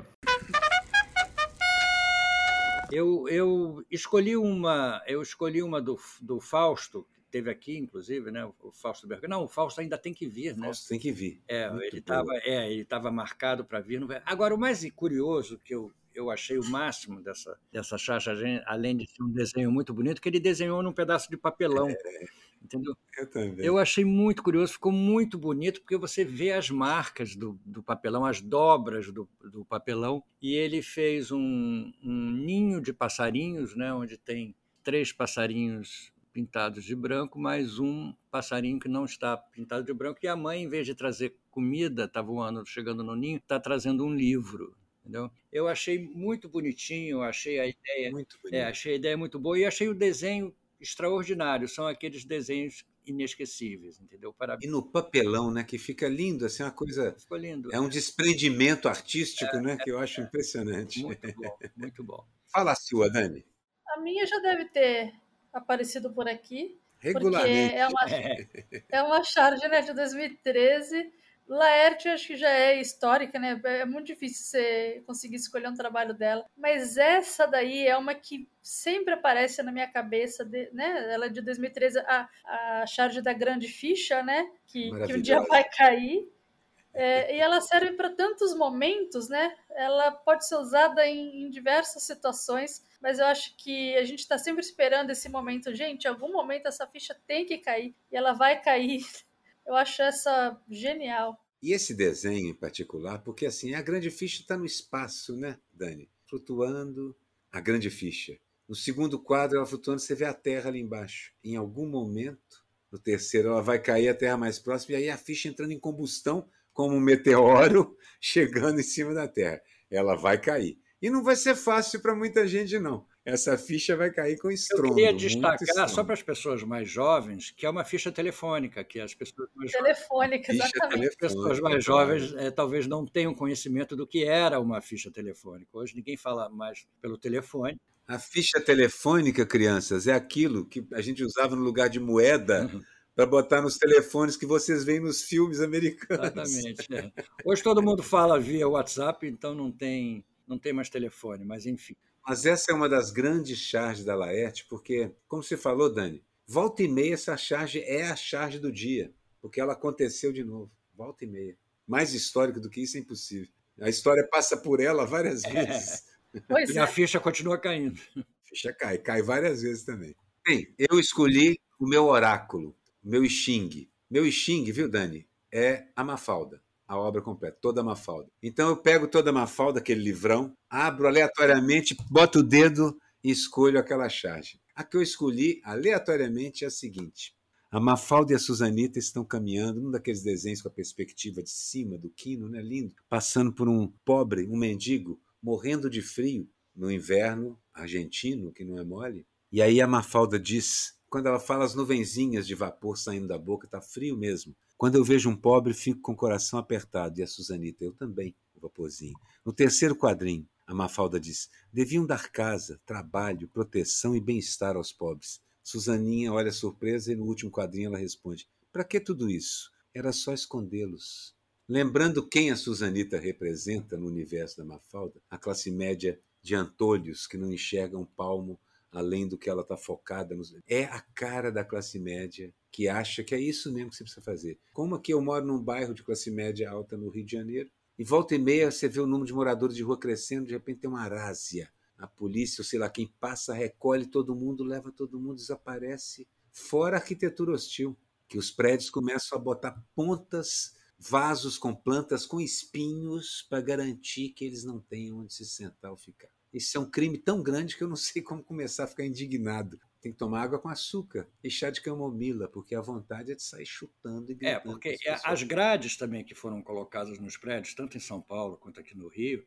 Eu, eu escolhi uma, eu escolhi uma do, do Fausto, que teve aqui, inclusive, né? O Fausto Berg. Não, o Fausto ainda tem que vir, né? Fausto tem que vir. É, Muito ele estava é, ele estava marcado para vir. Não vai... Agora, o mais curioso que eu, eu achei o máximo dessa, dessa charge, além de ser um desenho muito bonito, que ele desenhou num pedaço de papelão. É. Entendeu? Eu também. Eu achei muito curioso, ficou muito bonito, porque você vê as marcas do, do papelão, as dobras do, do papelão, e ele fez um, um ninho de passarinhos, né, onde tem três passarinhos pintados de branco, mais um passarinho que não está pintado de branco, e a mãe, em vez de trazer comida, está voando, chegando no ninho, está trazendo um livro. Entendeu? Eu achei muito bonitinho, achei a ideia, muito é, achei a ideia muito boa, e achei o desenho extraordinário, são aqueles desenhos inesquecíveis, entendeu? Parabéns. E no papelão, né, que fica lindo, assim, uma coisa... Ficou lindo. É um desprendimento artístico, é, né, é, que eu acho é, impressionante. Muito bom, muito bom. Fala a sua, Dani. A minha já deve ter aparecido por aqui. Regularmente. Porque é uma, é. é uma charge, né, de dois mil e treze. Laerte, acho que já é histórica, né? É muito difícil você conseguir escolher um trabalho dela. Mas essa daí é uma que sempre aparece na minha cabeça, de, né? Ela é de dois mil e treze, a, a charge da grande ficha, né? Que, que um dia vai cair. É, e ela serve para tantos momentos, né? Ela pode ser usada em, em diversas situações, mas eu acho que a gente está sempre esperando esse momento. Gente, em algum momento essa ficha tem que cair, e ela vai cair. Eu acho essa genial. E esse desenho em particular, porque assim, a grande ficha está no espaço, né, Dani? Flutuando, a grande ficha. No segundo quadro, ela flutuando, você vê a Terra ali embaixo. Em algum momento, no terceiro, ela vai cair a Terra mais próxima, e aí a ficha entrando em combustão, como um meteoro chegando em cima da Terra. Ela vai cair. E não vai ser fácil para muita gente, não. Essa ficha vai cair com estrondo. Eu queria destacar, só para as pessoas mais jovens, que é uma ficha telefônica, que as pessoas mais telefônica, jovens, exatamente. As pessoas mais jovens é, talvez não tenham conhecimento do que era uma ficha telefônica. Hoje ninguém fala mais pelo telefone. A ficha telefônica, crianças, é aquilo que a gente usava no lugar de moeda uhum. para botar nos telefones que vocês veem nos filmes americanos. Exatamente. É. Hoje todo mundo fala via WhatsApp, então não tem, não tem mais telefone, mas enfim. Mas essa é uma das grandes charges da Laerte, porque, como você falou, Dani, volta e meia essa charge é a charge do dia, porque ela aconteceu de novo, volta e meia. Mais histórico do que isso é impossível. A história passa por ela várias vezes. É. Pois e é. A ficha continua caindo. A ficha cai, cai várias vezes também. Bem, eu escolhi o meu oráculo, o meu Xing. Meu Xing, viu, Dani, é a Mafalda. A obra completa, toda a Mafalda. Então eu pego toda a Mafalda, aquele livrão, abro aleatoriamente, boto o dedo e escolho aquela charge. A que eu escolhi aleatoriamente é a seguinte. A Mafalda e a Suzanita estão caminhando num daqueles desenhos com a perspectiva de cima do quino, né, lindo, passando por um pobre, um mendigo, morrendo de frio no inverno argentino, que não é mole. E aí a Mafalda diz, quando ela fala as nuvenzinhas de vapor saindo da boca, está frio mesmo. Quando eu vejo um pobre, fico com o coração apertado. E a Suzanita, eu também, o vaporzinho. No terceiro quadrinho, a Mafalda diz, deviam dar casa, trabalho, proteção e bem-estar aos pobres. Suzaninha olha surpresa e no último quadrinho ela responde, para que tudo isso? Era só escondê-los. Lembrando quem a Suzanita representa no universo da Mafalda, a classe média de antolhos que não enxergam um palmo além do que ela está focada. Nos... É a cara da classe média que acha que é isso mesmo que você precisa fazer. Como aqui eu moro num bairro de classe média alta no Rio de Janeiro, e volta e meia você vê o número de moradores de rua crescendo, de repente tem uma arásia. A polícia, ou sei lá, quem passa, recolhe todo mundo, leva todo mundo, desaparece. Fora a arquitetura hostil, que os prédios começam a botar pontas, vasos com plantas com espinhos para garantir que eles não tenham onde se sentar ou ficar. Isso é um crime tão grande que eu não sei como começar a ficar indignado. Tem que tomar água com açúcar e chá de camomila, porque a vontade é de sair chutando e gritando. É, porque as grades também que foram colocadas nos prédios, tanto em São Paulo quanto aqui no Rio,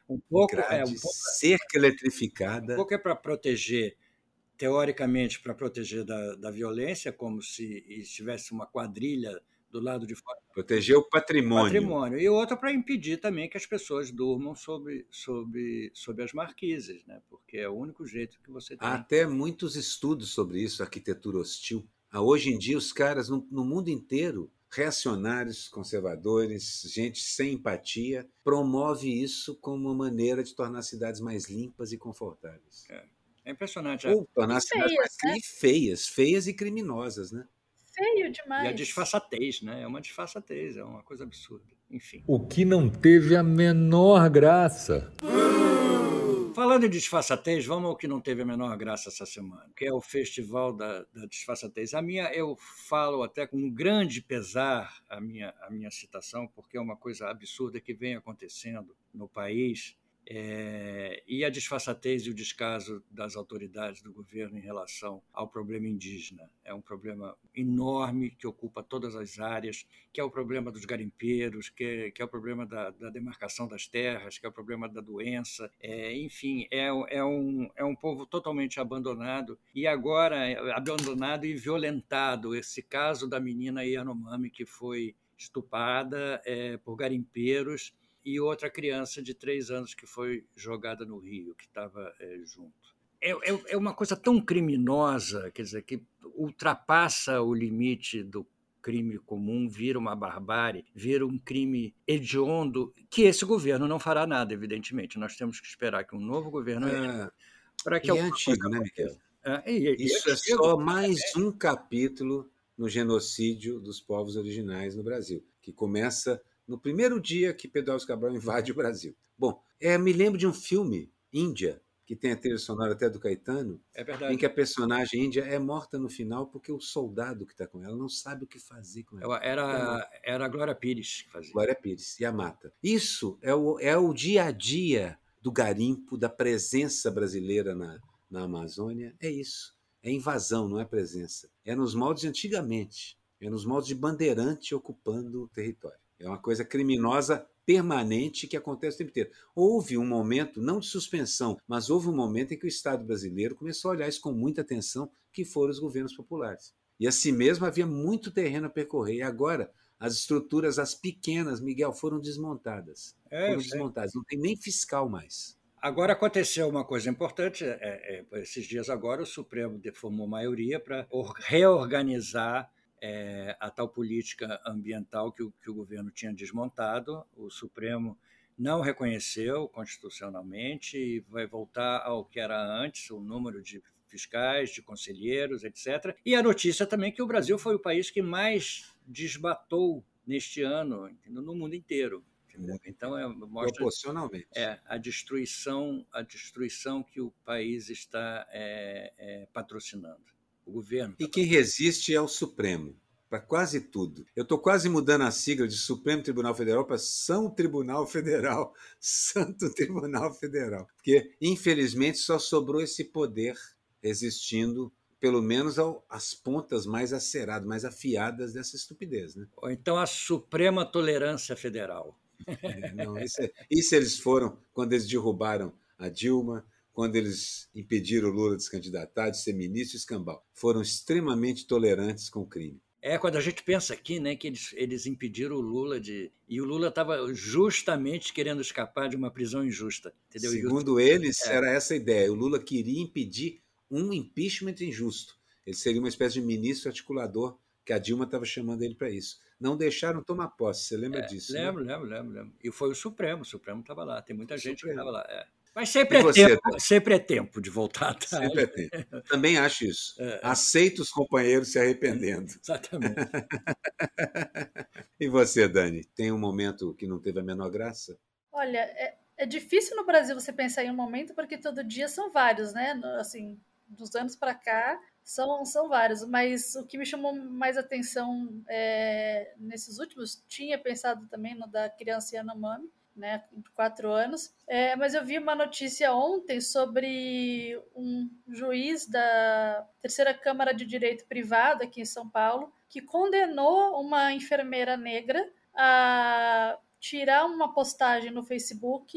Um pouco, grade, é, um pouco, cerca eletrificada. Um pouco é para proteger, teoricamente, para proteger da, da violência, como se estivesse uma quadrilha do lado de fora. Proteger o patrimônio. patrimônio. E outra para impedir também que as pessoas durmam sob, sob, sob as marquises, né? Porque é o único jeito que você tem. Há até muitos estudos sobre isso, arquitetura hostil. Hoje em dia, os caras, no, no mundo inteiro, reacionários, conservadores, gente sem empatia, promove isso como uma maneira de tornar as cidades mais limpas e confortáveis. É, é impressionante. Ou tornar E as cidades feias, mais né? feias, feias e criminosas, né? Feio demais. E a disfarçatez, né? É uma disfarçatez, é uma coisa absurda. Enfim. O que não teve a menor graça. Falando em disfarçatez, vamos ao que não teve a menor graça essa semana, que é o Festival da, da Disfarçatez. A minha, eu falo até com um grande pesar a minha, a minha citação, porque é uma coisa absurda que vem acontecendo no país. É, e a disfarçatez e o descaso das autoridades do governo em relação ao problema indígena. É um problema enorme que ocupa todas as áreas, que é o problema dos garimpeiros, que é, que é o problema da, da demarcação das terras, que é o problema da doença. É, enfim, é, é, um, é um povo totalmente abandonado e agora abandonado e violentado. Esse caso da menina Yanomami que foi estuprada é, por garimpeiros, e outra criança de três anos que foi jogada no rio, que estava é, junto. É, é, é uma coisa tão criminosa, quer dizer, que ultrapassa o limite do crime comum, vira uma barbárie, vira um crime hediondo, que esse governo não fará nada, evidentemente. Nós temos que esperar que um novo governo É, entre para que e é alguma antigo, coisa né, aconteça. Miguel? É, e, e Isso é antigo, só mais um capítulo no genocídio dos povos originais no Brasil, que começa no primeiro dia que Pedro Álvares Cabral invade o Brasil. Bom, é, me lembro de um filme, Índia, que tem a trilha sonora até do Caetano, é verdade. em que a personagem índia é morta no final porque o soldado que está com ela não sabe o que fazer com ela. Era, era a Glória Pires que fazia. Glória Pires, e a mata. Isso é o, é o dia a dia do garimpo, da presença brasileira na, na Amazônia. É isso. É invasão, não é presença. É nos moldes de antigamente. É nos moldes de bandeirante ocupando o território. É uma coisa criminosa permanente que acontece o tempo inteiro. Houve um momento, não de suspensão, mas houve um momento em que o Estado brasileiro começou a olhar isso com muita atenção, que foram os governos populares. E assim mesmo havia muito terreno a percorrer. E agora as estruturas, as pequenas, Miguel, foram desmontadas. É, foram desmontadas. Não tem nem fiscal mais. Agora aconteceu uma coisa importante. É, é, esses dias agora o Supremo formou maioria para reorganizar É, a tal política ambiental que o, que o governo tinha desmontado. O Supremo não reconheceu constitucionalmente e vai voltar ao que era antes, o número de fiscais, de conselheiros, etcétera. E a notícia também que o Brasil foi o país que mais desmatou neste ano no mundo inteiro. Então é, mostra proporcionalmente é, a destruição, a destruição que o país está é, é, patrocinando. O governo. E quem resiste é o Supremo, para quase tudo. Eu estou quase mudando a sigla de Supremo Tribunal Federal para São Tribunal Federal, Santo Tribunal Federal. Porque, infelizmente, só sobrou esse poder resistindo, pelo menos ao, às pontas mais aceradas, mais afiadas dessa estupidez. Né? Ou então a Suprema Tolerância Federal. É, não, isso, é, isso eles foram quando eles derrubaram a Dilma, quando eles impediram o Lula de se candidatar, de ser ministro e escambau. Foram extremamente tolerantes com o crime. É, quando a gente pensa aqui, né, que eles, eles impediram o Lula de... E o Lula estava justamente querendo escapar de uma prisão injusta. Entendeu? Segundo eles, é. era essa a ideia. O Lula queria impedir um impeachment injusto. Ele seria uma espécie de ministro articulador, que a Dilma estava chamando ele para isso. Não deixaram tomar posse, você lembra é, disso? Lembro, né? lembro, lembro, lembro. E foi o Supremo, o Supremo estava lá. Tem muita o gente Supremo. que estava lá. É. Mas sempre é, você, tempo, tá? sempre é tempo de voltar atrás. Sempre é tempo. Também acho isso. É, Aceita os companheiros se arrependendo. Exatamente. E você, Dani? Tem um momento que não teve a menor graça? Olha, é, é difícil no Brasil você pensar em um momento, porque todo dia são vários, né? Assim, dos anos para cá, são, são vários. Mas o que me chamou mais atenção é, nesses últimos, tinha pensado também no da criança Yanomami, né, de quatro anos, é, mas eu vi uma notícia ontem sobre um juiz da Terceira Câmara de Direito Privado aqui em São Paulo, que condenou uma enfermeira negra a tirar uma postagem no Facebook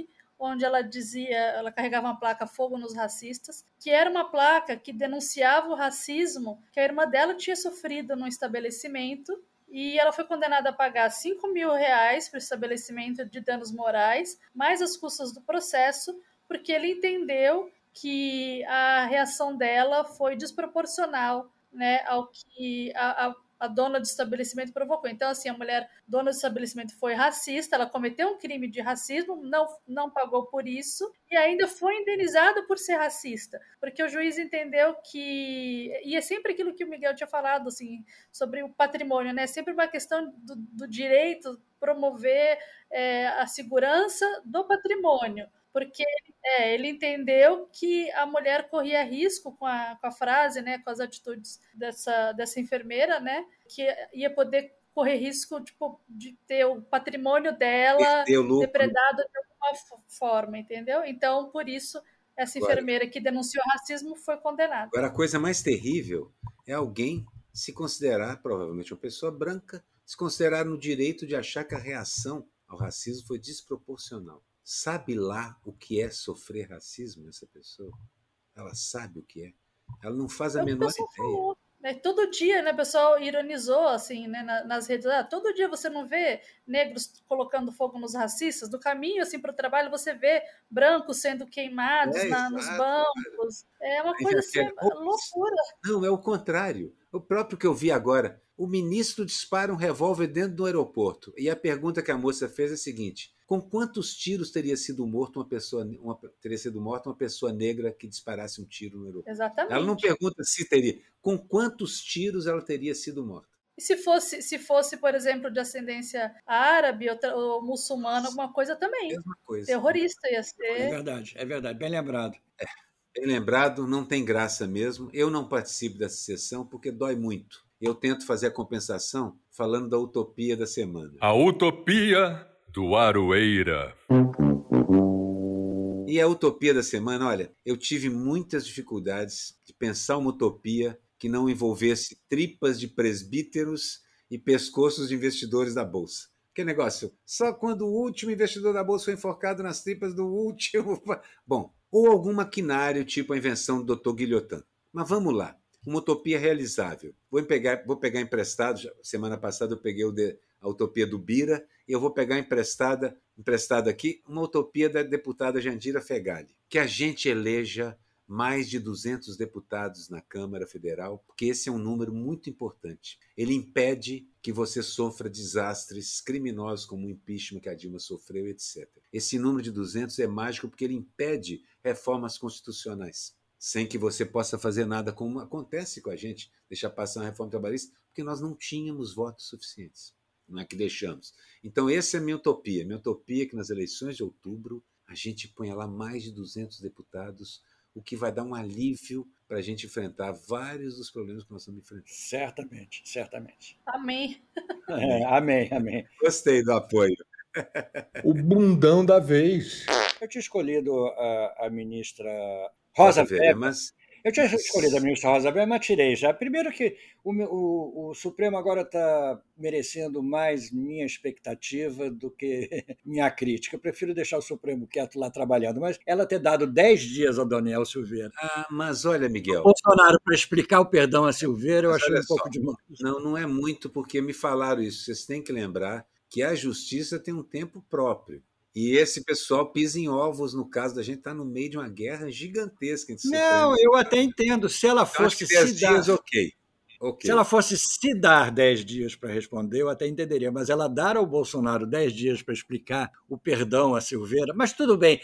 onde ela dizia, ela carregava uma placa Fogo nos Racistas, que era uma placa que denunciava o racismo que a irmã dela tinha sofrido num estabelecimento, e ela foi condenada a pagar cinco mil reais para o estabelecimento de danos morais, mais as custas do processo, porque ele entendeu que a reação dela foi desproporcional, né, ao que a, a, a dona do estabelecimento provocou. Então, assim, a mulher dona do estabelecimento foi racista, ela cometeu um crime de racismo, não, não pagou por isso, e ainda foi indenizada por ser racista, porque o juiz entendeu que... E é sempre aquilo que o Miguel tinha falado, assim, sobre o patrimônio, né? É sempre uma questão do, do direito promover é, a segurança do patrimônio, porque é, ele entendeu que a mulher corria risco com a, com a frase, né, com as atitudes dessa, dessa enfermeira, né, que ia poder correr risco tipo, de ter o patrimônio dela depredado de alguma forma, entendeu? Então, por isso, essa Agora, enfermeira que denunciou racismo foi condenada. Agora, a coisa mais terrível é alguém se considerar, provavelmente uma pessoa branca, se considerar no direito de achar que a reação ao racismo foi desproporcional. Sabe lá o que é sofrer racismo, essa pessoa? Ela sabe o que é. Ela não faz a É menor ideia. Falou, né? Todo dia, né, o pessoal ironizou assim, né, nas redes. Ah, todo dia você não vê negros colocando fogo nos racistas? Do caminho assim, para o trabalho, você vê brancos sendo queimados É, na, nos bancos. É uma coisa assim, loucura. Não, é o contrário. O próprio que eu vi agora. O ministro dispara um revólver dentro do aeroporto. E a pergunta que a moça fez é a seguinte: com quantos tiros teria sido morto uma pessoa, uma, teria sido morta uma pessoa negra que disparasse um tiro no aeroporto? Exatamente. Ela não pergunta se teria, com quantos tiros ela teria sido morta. E se fosse, se fosse, por exemplo, de ascendência árabe ou, ou muçulmana, alguma coisa também. Mesma coisa. Terrorista ia ser. É verdade, é verdade, bem lembrado. É, bem lembrado, não tem graça mesmo. Eu não participo dessa sessão porque dói muito. Eu tento fazer a compensação falando da utopia da semana. A utopia do Aroeira. E a utopia da semana, olha, eu tive muitas dificuldades de pensar uma utopia que não envolvesse tripas de presbíteros e pescoços de investidores da Bolsa. Que negócio? Só quando o último investidor da Bolsa foi enforcado nas tripas do último... Bom, ou algum maquinário tipo a invenção do doutor Guilhotin. Mas vamos lá. Uma utopia realizável. Vou pegar, vou pegar emprestado, semana passada eu peguei o de, a utopia do Bira, e eu vou pegar emprestada, emprestada aqui uma utopia da deputada Jandira Fegali. Que a gente eleja mais de duzentos deputados na Câmara Federal, porque esse é um número muito importante. Ele impede que você sofra desastres criminosos como o impeachment que a Dilma sofreu, etcétera. Esse número de duzentos é mágico porque ele impede reformas constitucionais, sem que você possa fazer nada, como acontece com a gente, deixar passar uma reforma trabalhista, porque nós não tínhamos votos suficientes, não é que deixamos. Então, essa é a minha utopia. Minha utopia é que nas eleições de outubro a gente ponha lá mais de duzentos deputados, o que vai dar um alívio para a gente enfrentar vários dos problemas que nós estamos enfrentando. Certamente, certamente. Amém. É, amém, amém. Gostei do apoio. O bundão da vez. Eu tinha escolhido a, a ministra Rosa Weber, mas... Eu tinha escolhido a ministra Rosa Weber, mas tirei já. Primeiro que o, o, o Supremo agora está merecendo mais minha expectativa do que minha crítica. Eu prefiro deixar o Supremo quieto lá trabalhando, mas ela ter dado dez dias ao Daniel Silveira. Ah, mas olha, Miguel... O Bolsonaro, para explicar o perdão a Silveira, eu mas achei um só, pouco demais. Não, não é muito, porque me falaram isso. Vocês têm que lembrar que a justiça tem um tempo próprio. E esse pessoal pisa em ovos, no caso da gente está no meio de uma guerra gigantesca. Não, eu até entendo. Se ela fosse se se dar, dias, okay. Okay. se ela fosse se dar dez dias para responder, eu até entenderia. Mas ela dar ao Bolsonaro dez dias para explicar o perdão a Silveira, mas tudo bem.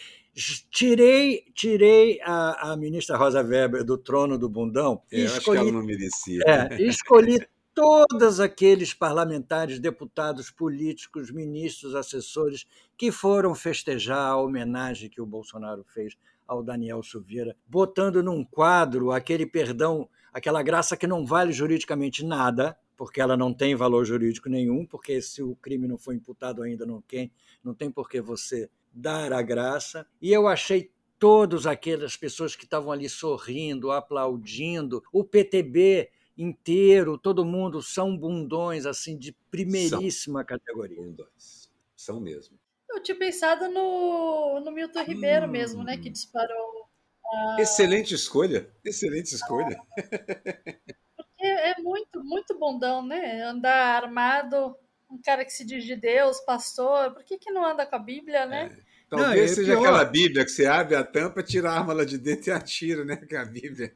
Tirei, tirei a, a ministra Rosa Weber do trono do bundão. É, e eu escolhi, acho que ela não merecia. É, escolhi todos aqueles parlamentares, deputados, políticos, ministros, assessores que foram festejar a homenagem que o Bolsonaro fez ao Daniel Silveira, botando num quadro aquele perdão, aquela graça que não vale juridicamente nada, porque ela não tem valor jurídico nenhum, porque se o crime não foi imputado ainda, não tem, não tem por que você dar a graça. E eu achei todas aquelas pessoas que estavam ali sorrindo, aplaudindo, o P T B inteiro, todo mundo, são bundões assim de primeiríssima são. categoria. Bundões. São mesmo. Eu tinha pensado no, no Milton Ribeiro Hum. mesmo, né? Que disparou. Excelente escolha, excelente escolha. Porque é muito, muito bondão, né? Andar armado, um cara que se diz de Deus, pastor, por que, que não anda com a Bíblia, né? É. Talvez Não, é seja pior. aquela Bíblia que você abre a tampa, tira a arma lá de dentro e atira, né? Que é a Bíblia.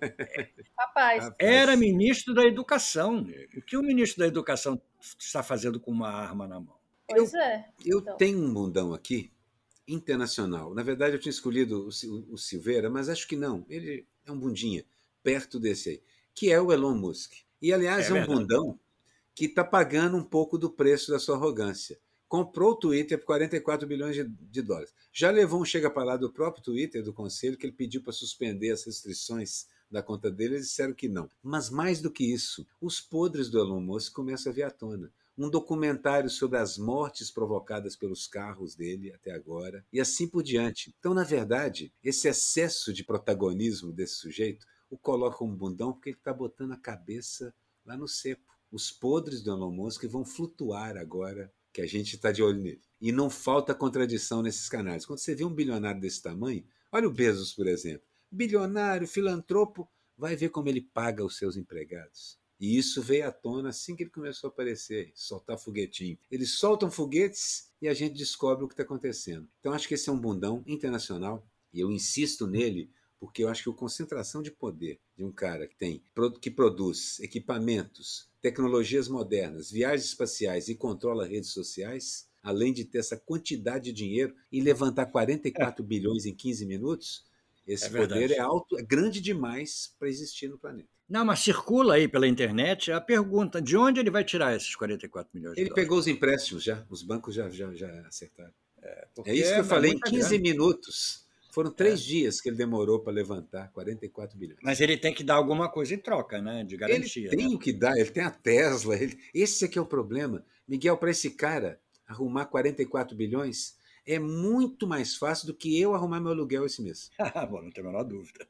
Rapaz, Rapaz. Era ministro da Educação. O que o ministro da Educação está fazendo com uma arma na mão? pois é. Eu Então, tenho um bundão aqui, internacional. Na verdade, eu tinha escolhido o, Sil- o Silveira, mas acho que não. Ele é um bundinha, perto desse aí, que é o Elon Musk. E, aliás, É é, um verdade. bundão que está pagando um pouco do preço da sua arrogância. Comprou o Twitter por quarenta e quatro bilhões de, de dólares. Já levou um chega para lá do próprio Twitter, do conselho, que ele pediu para suspender as restrições da conta dele, eles disseram que não. Mas mais do que isso, os podres do Elon Musk começam a vir à tona. Um documentário sobre as mortes provocadas pelos carros dele até agora, e assim por diante. Então, na verdade, esse excesso de protagonismo desse sujeito o coloca um bundão porque ele está botando a cabeça lá no cepo. Os podres do Elon Musk vão flutuar agora que a gente está de olho nele. E não falta contradição nesses canais. Quando você vê um bilionário desse tamanho, olha o Bezos, por exemplo. Bilionário, filantropo, vai ver como ele paga os seus empregados. E isso veio à tona assim que ele começou a aparecer, soltar foguetinho. Eles soltam foguetes e a gente descobre o que está acontecendo. Então acho que esse é um bundão internacional e eu insisto nele porque eu acho que a concentração de poder de um cara que tem que produz equipamentos, tecnologias modernas, viagens espaciais e controla redes sociais, além de ter essa quantidade de dinheiro e levantar quarenta e quatro é. bilhões em quinze minutos, esse É poder é alto, é grande demais para existir no planeta. Não, mas circula aí pela internet a pergunta de onde ele vai tirar esses quarenta e quatro milhões de ele dólares. Ele pegou os empréstimos já, os bancos já, já, já acertaram. É, é isso que eu falei, em quinze grana. minutos. Foram três é. dias que ele demorou para levantar quarenta e quatro bilhões. Mas ele tem que dar alguma coisa em troca, né? De garantia. Ele tem né? o que dar, ele tem a Tesla. Ele... Esse é que é o problema. Miguel, para esse cara arrumar quarenta e quatro bilhões é muito mais fácil do que eu arrumar meu aluguel esse mês. Bom, não tenho a menor dúvida.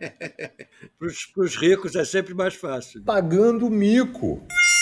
Para os ricos é sempre mais fácil. Pagando mico.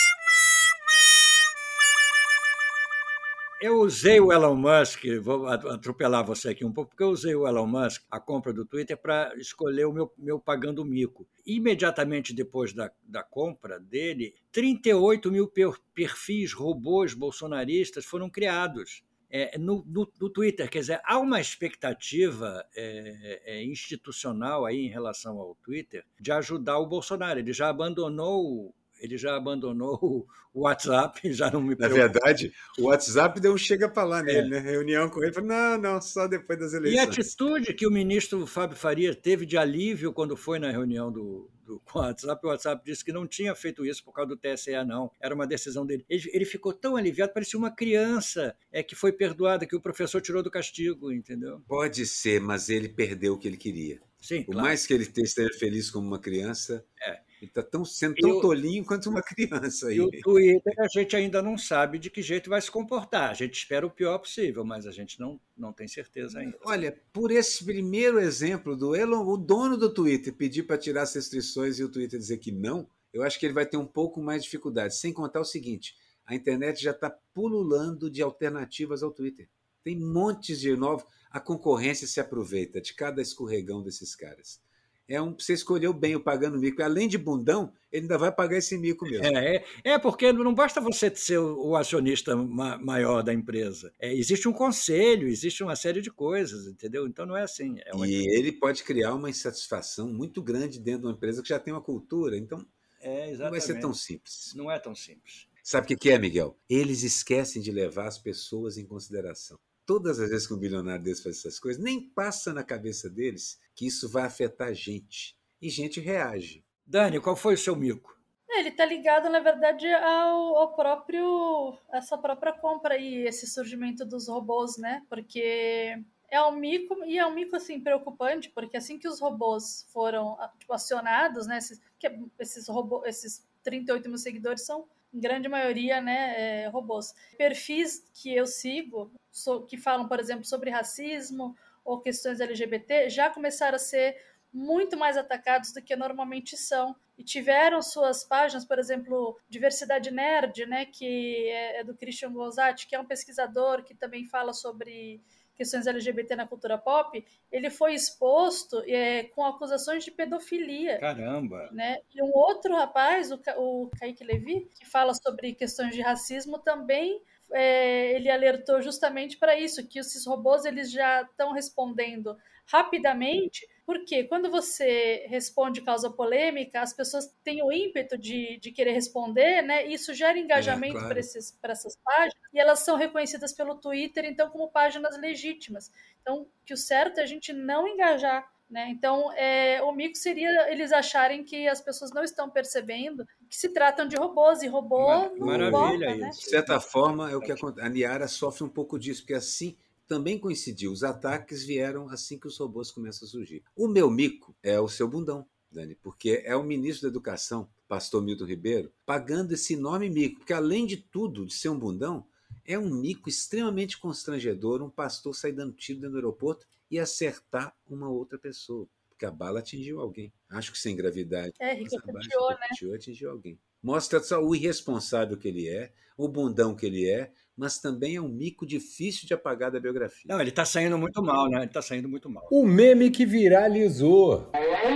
Eu usei o Elon Musk, vou atropelar você aqui um pouco, porque eu usei o Elon Musk, a compra do Twitter, para escolher o meu, meu pagando mico. Imediatamente depois da, da compra dele, trinta e oito mil perfis robôs bolsonaristas foram criados é, no, no, no Twitter. Quer dizer, há uma expectativa é, é, institucional aí em relação ao Twitter de ajudar o Bolsonaro. Ele já abandonou... Ele já abandonou o WhatsApp, já não me preocupa. Na verdade, o WhatsApp deu um chega para lá nele, é. né? Reunião com ele, falou, não, não, só depois das eleições. E a atitude que o ministro Fábio Faria teve de alívio quando foi na reunião do, do com o WhatsApp, o WhatsApp disse que não tinha feito isso por causa do T S E, não. Era uma decisão dele. Ele, ele ficou tão aliviado, parecia uma criança é, que foi perdoada, que o professor tirou do castigo, entendeu? Pode ser, mas ele perdeu o que ele queria. Sim, Por claro. mais que ele esteja feliz como uma criança... É. Ele está tão, sendo tão eu, tolinho quanto uma criança. Aí. E o Twitter a gente ainda não sabe de que jeito vai se comportar. A gente espera o pior possível, mas a gente não, não tem certeza ainda. Olha, por esse primeiro exemplo do Elon, o dono do Twitter pedir para tirar as restrições e o Twitter dizer que não, eu acho que ele vai ter um pouco mais de dificuldade. Sem contar o seguinte, a internet já está pululando de alternativas ao Twitter. Tem montes de novos. A concorrência se aproveita de cada escorregão desses caras. É um, você escolheu bem o pagando mico. Além de bundão, ele ainda vai pagar esse mico mesmo. É, é, é porque não basta você ser o, o acionista ma, maior da empresa. É, existe um conselho, existe uma série de coisas, entendeu? Então não é assim. É uma... E ele pode criar uma insatisfação muito grande dentro de uma empresa que já tem uma cultura. Então, é, não vai ser tão simples. Não é tão simples. Sabe o que é, Miguel? Eles esquecem de levar as pessoas em consideração. Todas as vezes que um bilionário desse faz essas coisas, nem passa na cabeça deles que isso vai afetar a gente. E gente reage. Dani, qual foi o seu mico? Ele está ligado, na verdade, ao, ao próprio, essa própria compra e esse surgimento dos robôs, né? Porque é um mico, e é um mico, assim, preocupante, porque assim que os robôs foram tipo, acionados, né? Esses, que esses, robô, esses trinta e oito mil seguidores são, em grande maioria, né, é, robôs. Perfis que eu sigo, so, que falam, por exemplo, sobre racismo ou questões L G B T, já começaram a ser muito mais atacados do que normalmente são. e tiveram suas páginas, por exemplo, Diversidade Nerd, né, que é do Christian Gonzatti, que é um pesquisador que também fala sobre questões L G B T na cultura pop, ele foi exposto é, com acusações de pedofilia. Caramba! Né? E um outro rapaz, o, Ca... o Kaique Levi, que fala sobre questões de racismo, também é, ele alertou justamente para isso, que esses robôs eles já estão respondendo rapidamente, porque quando você responde causa polêmica, as pessoas têm o ímpeto de, de querer responder, né? E isso gera engajamento é, claro. para essas páginas, e elas são reconhecidas pelo Twitter, então, como páginas legítimas. Então, que o certo é a gente não engajar. Né? Então, é, o mico seria eles acharem que as pessoas não estão percebendo que se tratam de robôs, e robô Mar não Maravilha vota, né? De certa forma, é o que acontece. A Niara sofre um pouco disso, porque assim também coincidiu. Os ataques vieram assim que os robôs começam a surgir. O meu mico é o seu bundão, Dani, porque é o ministro da Educação, pastor Milton Ribeiro, pagando esse enorme mico, porque além de tudo, de ser um bundão, é um mico extremamente constrangedor um pastor sair dando tiro dentro do aeroporto e acertar uma outra pessoa, porque a bala atingiu alguém. Acho que sem gravidade. É, repercutiu, né? Atingiu, atingiu alguém. Mostra só o irresponsável que ele é, o bundão que ele é, mas também é um mico difícil de apagar da biografia. Não, ele está saindo muito mal, né? Ele está saindo muito mal. O meme que viralizou.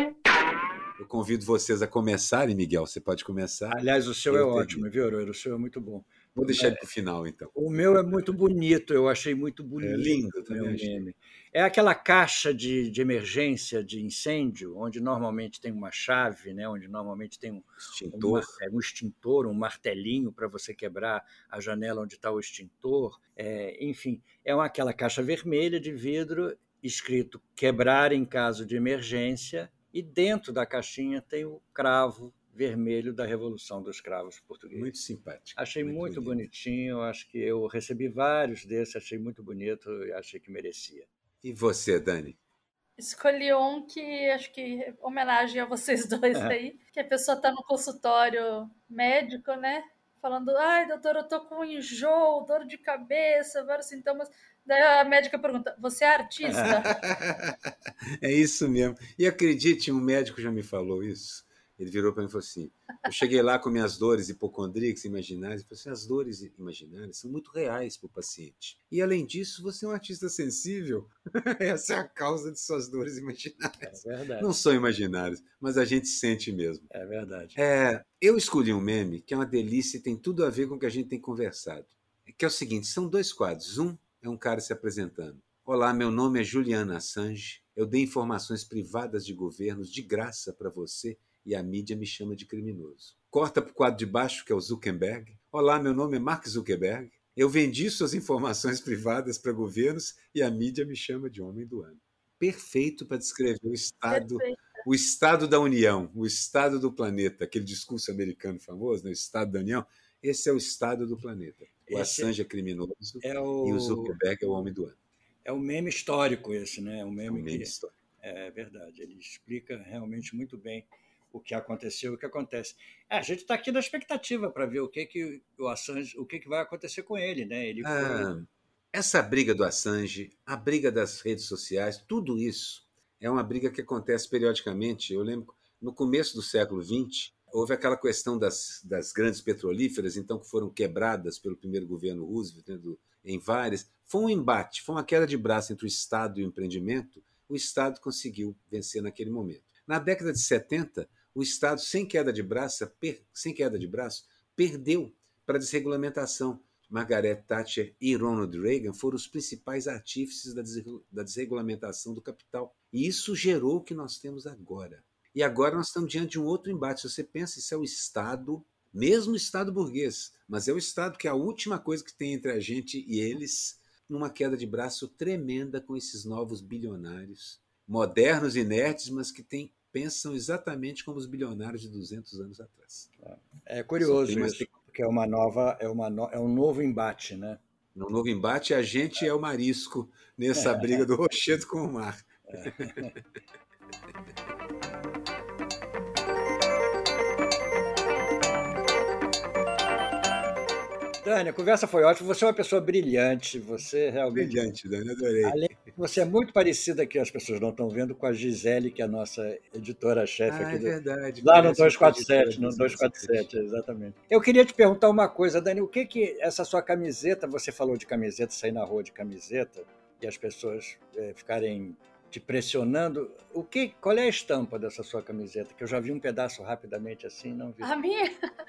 Eu convido vocês a começarem, Miguel. Você pode começar. Aliás, o seu é ótimo, viu, Aroeiro? O seu é muito bom. Vou deixar ele para o final, então. O meu é muito bonito, eu achei muito bonito. É lindo também. Meme. É aquela caixa de, de emergência de incêndio, onde normalmente tem uma chave, né? Onde normalmente tem um extintor, um, um, extintor, um martelinho para você quebrar a janela onde está o extintor. É, enfim, é uma, aquela caixa vermelha de vidro escrito quebrar em caso de emergência, e dentro da caixinha tem o cravo vermelho da Revolução dos Cravos Portugueses. Muito simpático. Achei muito, muito bonitinho, acho que eu recebi vários desses, achei muito bonito e achei que merecia. E você, Dani? Escolhi um que acho que homenagem a vocês dois é. aí, que a pessoa está no consultório médico, né? Falando, ai, doutor, eu tô com enjoo, dor de cabeça, vários sintomas. Daí a médica pergunta, você é artista? É isso mesmo. E acredite, um médico já me falou isso. Ele virou para mim e falou assim, eu cheguei lá com minhas dores hipocondríacas imaginárias, e falei assim, as dores imaginárias são muito reais para o paciente. E, além disso, você é um artista sensível. Essa é a causa de suas dores imaginárias. É verdade. Não são imaginárias, mas a gente sente mesmo. É verdade. É, eu escolhi um meme que é uma delícia e tem tudo a ver com o que a gente tem conversado. Que é o seguinte, são dois quadros. Um é um cara se apresentando. Olá, meu nome é Juliana Assange. Eu dei informações privadas de governos de graça para você e a mídia me chama de criminoso. Corta para o quadro de baixo, que é o Zuckerberg. Olá, meu nome é Mark Zuckerberg. Eu vendi suas informações privadas para governos e a mídia me chama de homem do ano. Perfeito para descrever o estado, o estado da União, o estado do planeta, aquele discurso americano famoso, né? O estado da União. Esse é o estado do planeta. O esse Assange é criminoso é o... e o Zuckerberg é o homem do ano. É um meme histórico esse, né? É um meme, é um meme que... histórico. É verdade, ele explica realmente muito bem o que aconteceu e o que acontece. É, a gente está aqui na expectativa para ver o que, que o Assange, o que, que vai acontecer com ele, né? Ele ah, foi... Essa briga do Assange, a briga das redes sociais, tudo isso é uma briga que acontece periodicamente. Eu lembro, no começo do século vinte, houve aquela questão das, das grandes petrolíferas, então, que foram quebradas pelo primeiro governo Roosevelt, né, do, em várias. Foi um embate, foi uma queda de braço entre o Estado e o empreendimento. O Estado conseguiu vencer naquele momento. Na década de setenta, o Estado, sem queda de braço, per, sem queda de braço perdeu para a desregulamentação. Margaret Thatcher e Ronald Reagan foram os principais artífices da, da desregulamentação do capital. E isso gerou o que nós temos agora. E agora nós estamos diante de um outro embate. Se você pensa, isso é o Estado, mesmo o Estado burguês, mas é o Estado que é a última coisa que tem entre a gente e eles, numa queda de braço tremenda com esses novos bilionários, modernos e inertes, mas que tem, pensam exatamente como os bilionários de duzentos anos atrás. É curioso isso, porque é uma nova, é, uma no, é um novo embate, né? Um novo embate, a gente é, é o marisco nessa é. briga do rochedo com o mar. É. Dani, a conversa foi ótima. Você é uma pessoa brilhante. Você realmente... Brilhante, Dani, adorei. Além de você é muito parecida, que as pessoas não estão vendo, com a Gisele, que é a nossa editora-chefe ah, aqui. Do... É verdade. Lá no duzentos e quarenta e sete, no duzentos e quarenta e sete, exatamente. Eu queria te perguntar uma coisa, Dani. O que que essa sua camiseta, você falou de camiseta, sair na rua de camiseta, e as pessoas é, ficarem te pressionando. O que, qual é a estampa dessa sua camiseta? Que eu já vi um pedaço rapidamente assim, não vi. A minha?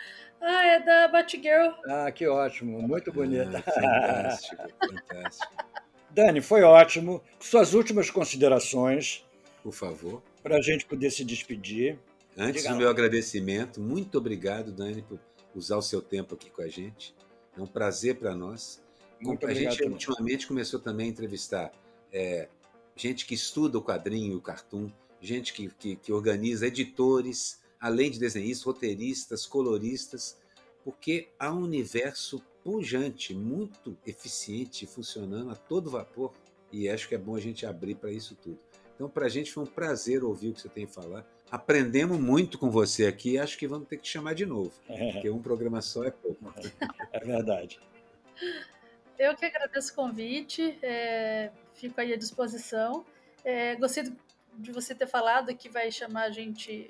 Ah, é da Batgirl. Ah, que ótimo, muito bonita. Ah, fantástico, fantástico. Dani, foi ótimo. Suas últimas considerações. Por favor. Para a gente poder se despedir. Antes Diga do lá. meu agradecimento, muito obrigado, Dani, por usar o seu tempo aqui com a gente. É um prazer para nós. Muito a obrigado gente também. ultimamente começou também a entrevistar é, gente que estuda o quadrinho e o cartoon, gente que, que, que organiza, editores, além de desenhistas, roteiristas, coloristas, porque há um universo pujante, muito eficiente, funcionando a todo vapor, e acho que é bom a gente abrir para isso tudo. Então, para a gente foi um prazer ouvir o que você tem a falar. Aprendemos muito com você aqui e acho que vamos ter que te chamar de novo, é. porque um programa só é pouco. É verdade. Eu que agradeço o convite, é, fico aí à disposição. É, gostei de você ter falado que vai chamar a gente,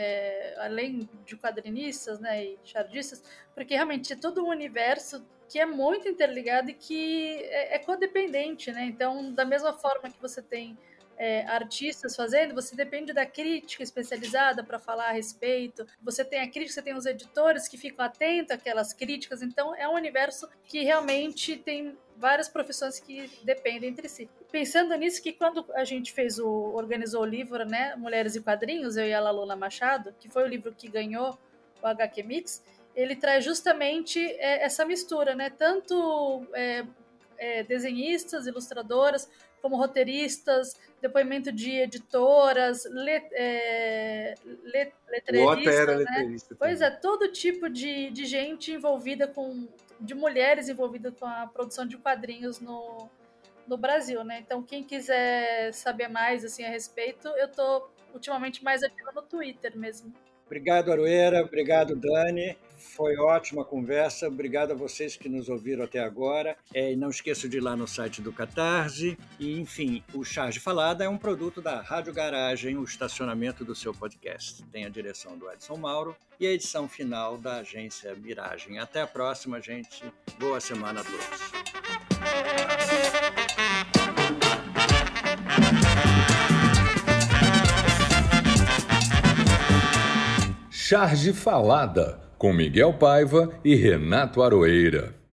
é, além de quadrinistas, né, e chardistas, porque realmente é todo um universo que é muito interligado e que é, é codependente, né? Então, da mesma forma que você tem É, artistas fazendo, você depende da crítica especializada para falar a respeito, você tem a crítica, você tem os editores que ficam atentos àquelas críticas, então é um universo que realmente tem várias profissões que dependem entre si. Pensando nisso, que quando a gente fez o, organizou o livro, né, Mulheres e Quadrinhos, eu e a Laluna Machado, que foi o livro que ganhou o H Q Mix, ele traz justamente é, essa mistura, né, tanto é, é, desenhistas, ilustradoras, como roteiristas, depoimento de editoras, let, é, let, letreiristas, era né? letreirista Pois é, todo tipo de, de gente envolvida com, de mulheres envolvidas com a produção de quadrinhos no, no Brasil, né? Então, quem quiser saber mais assim, a respeito, eu estou ultimamente mais ativa no Twitter mesmo. Obrigado, Aroeira. Obrigado, Dani. Foi ótima conversa. Obrigado a vocês que nos ouviram até agora. É, e não esqueça de ir lá no site do Catarse. E, enfim, o Charge Falada é um produto da Rádio Garagem, o estacionamento do seu podcast. Tem a direção do Edson Mauro e a edição final da agência Miragem. Até a próxima, gente. Boa semana a todos. Charge Falada, com Miguel Paiva e Renato Aroeira.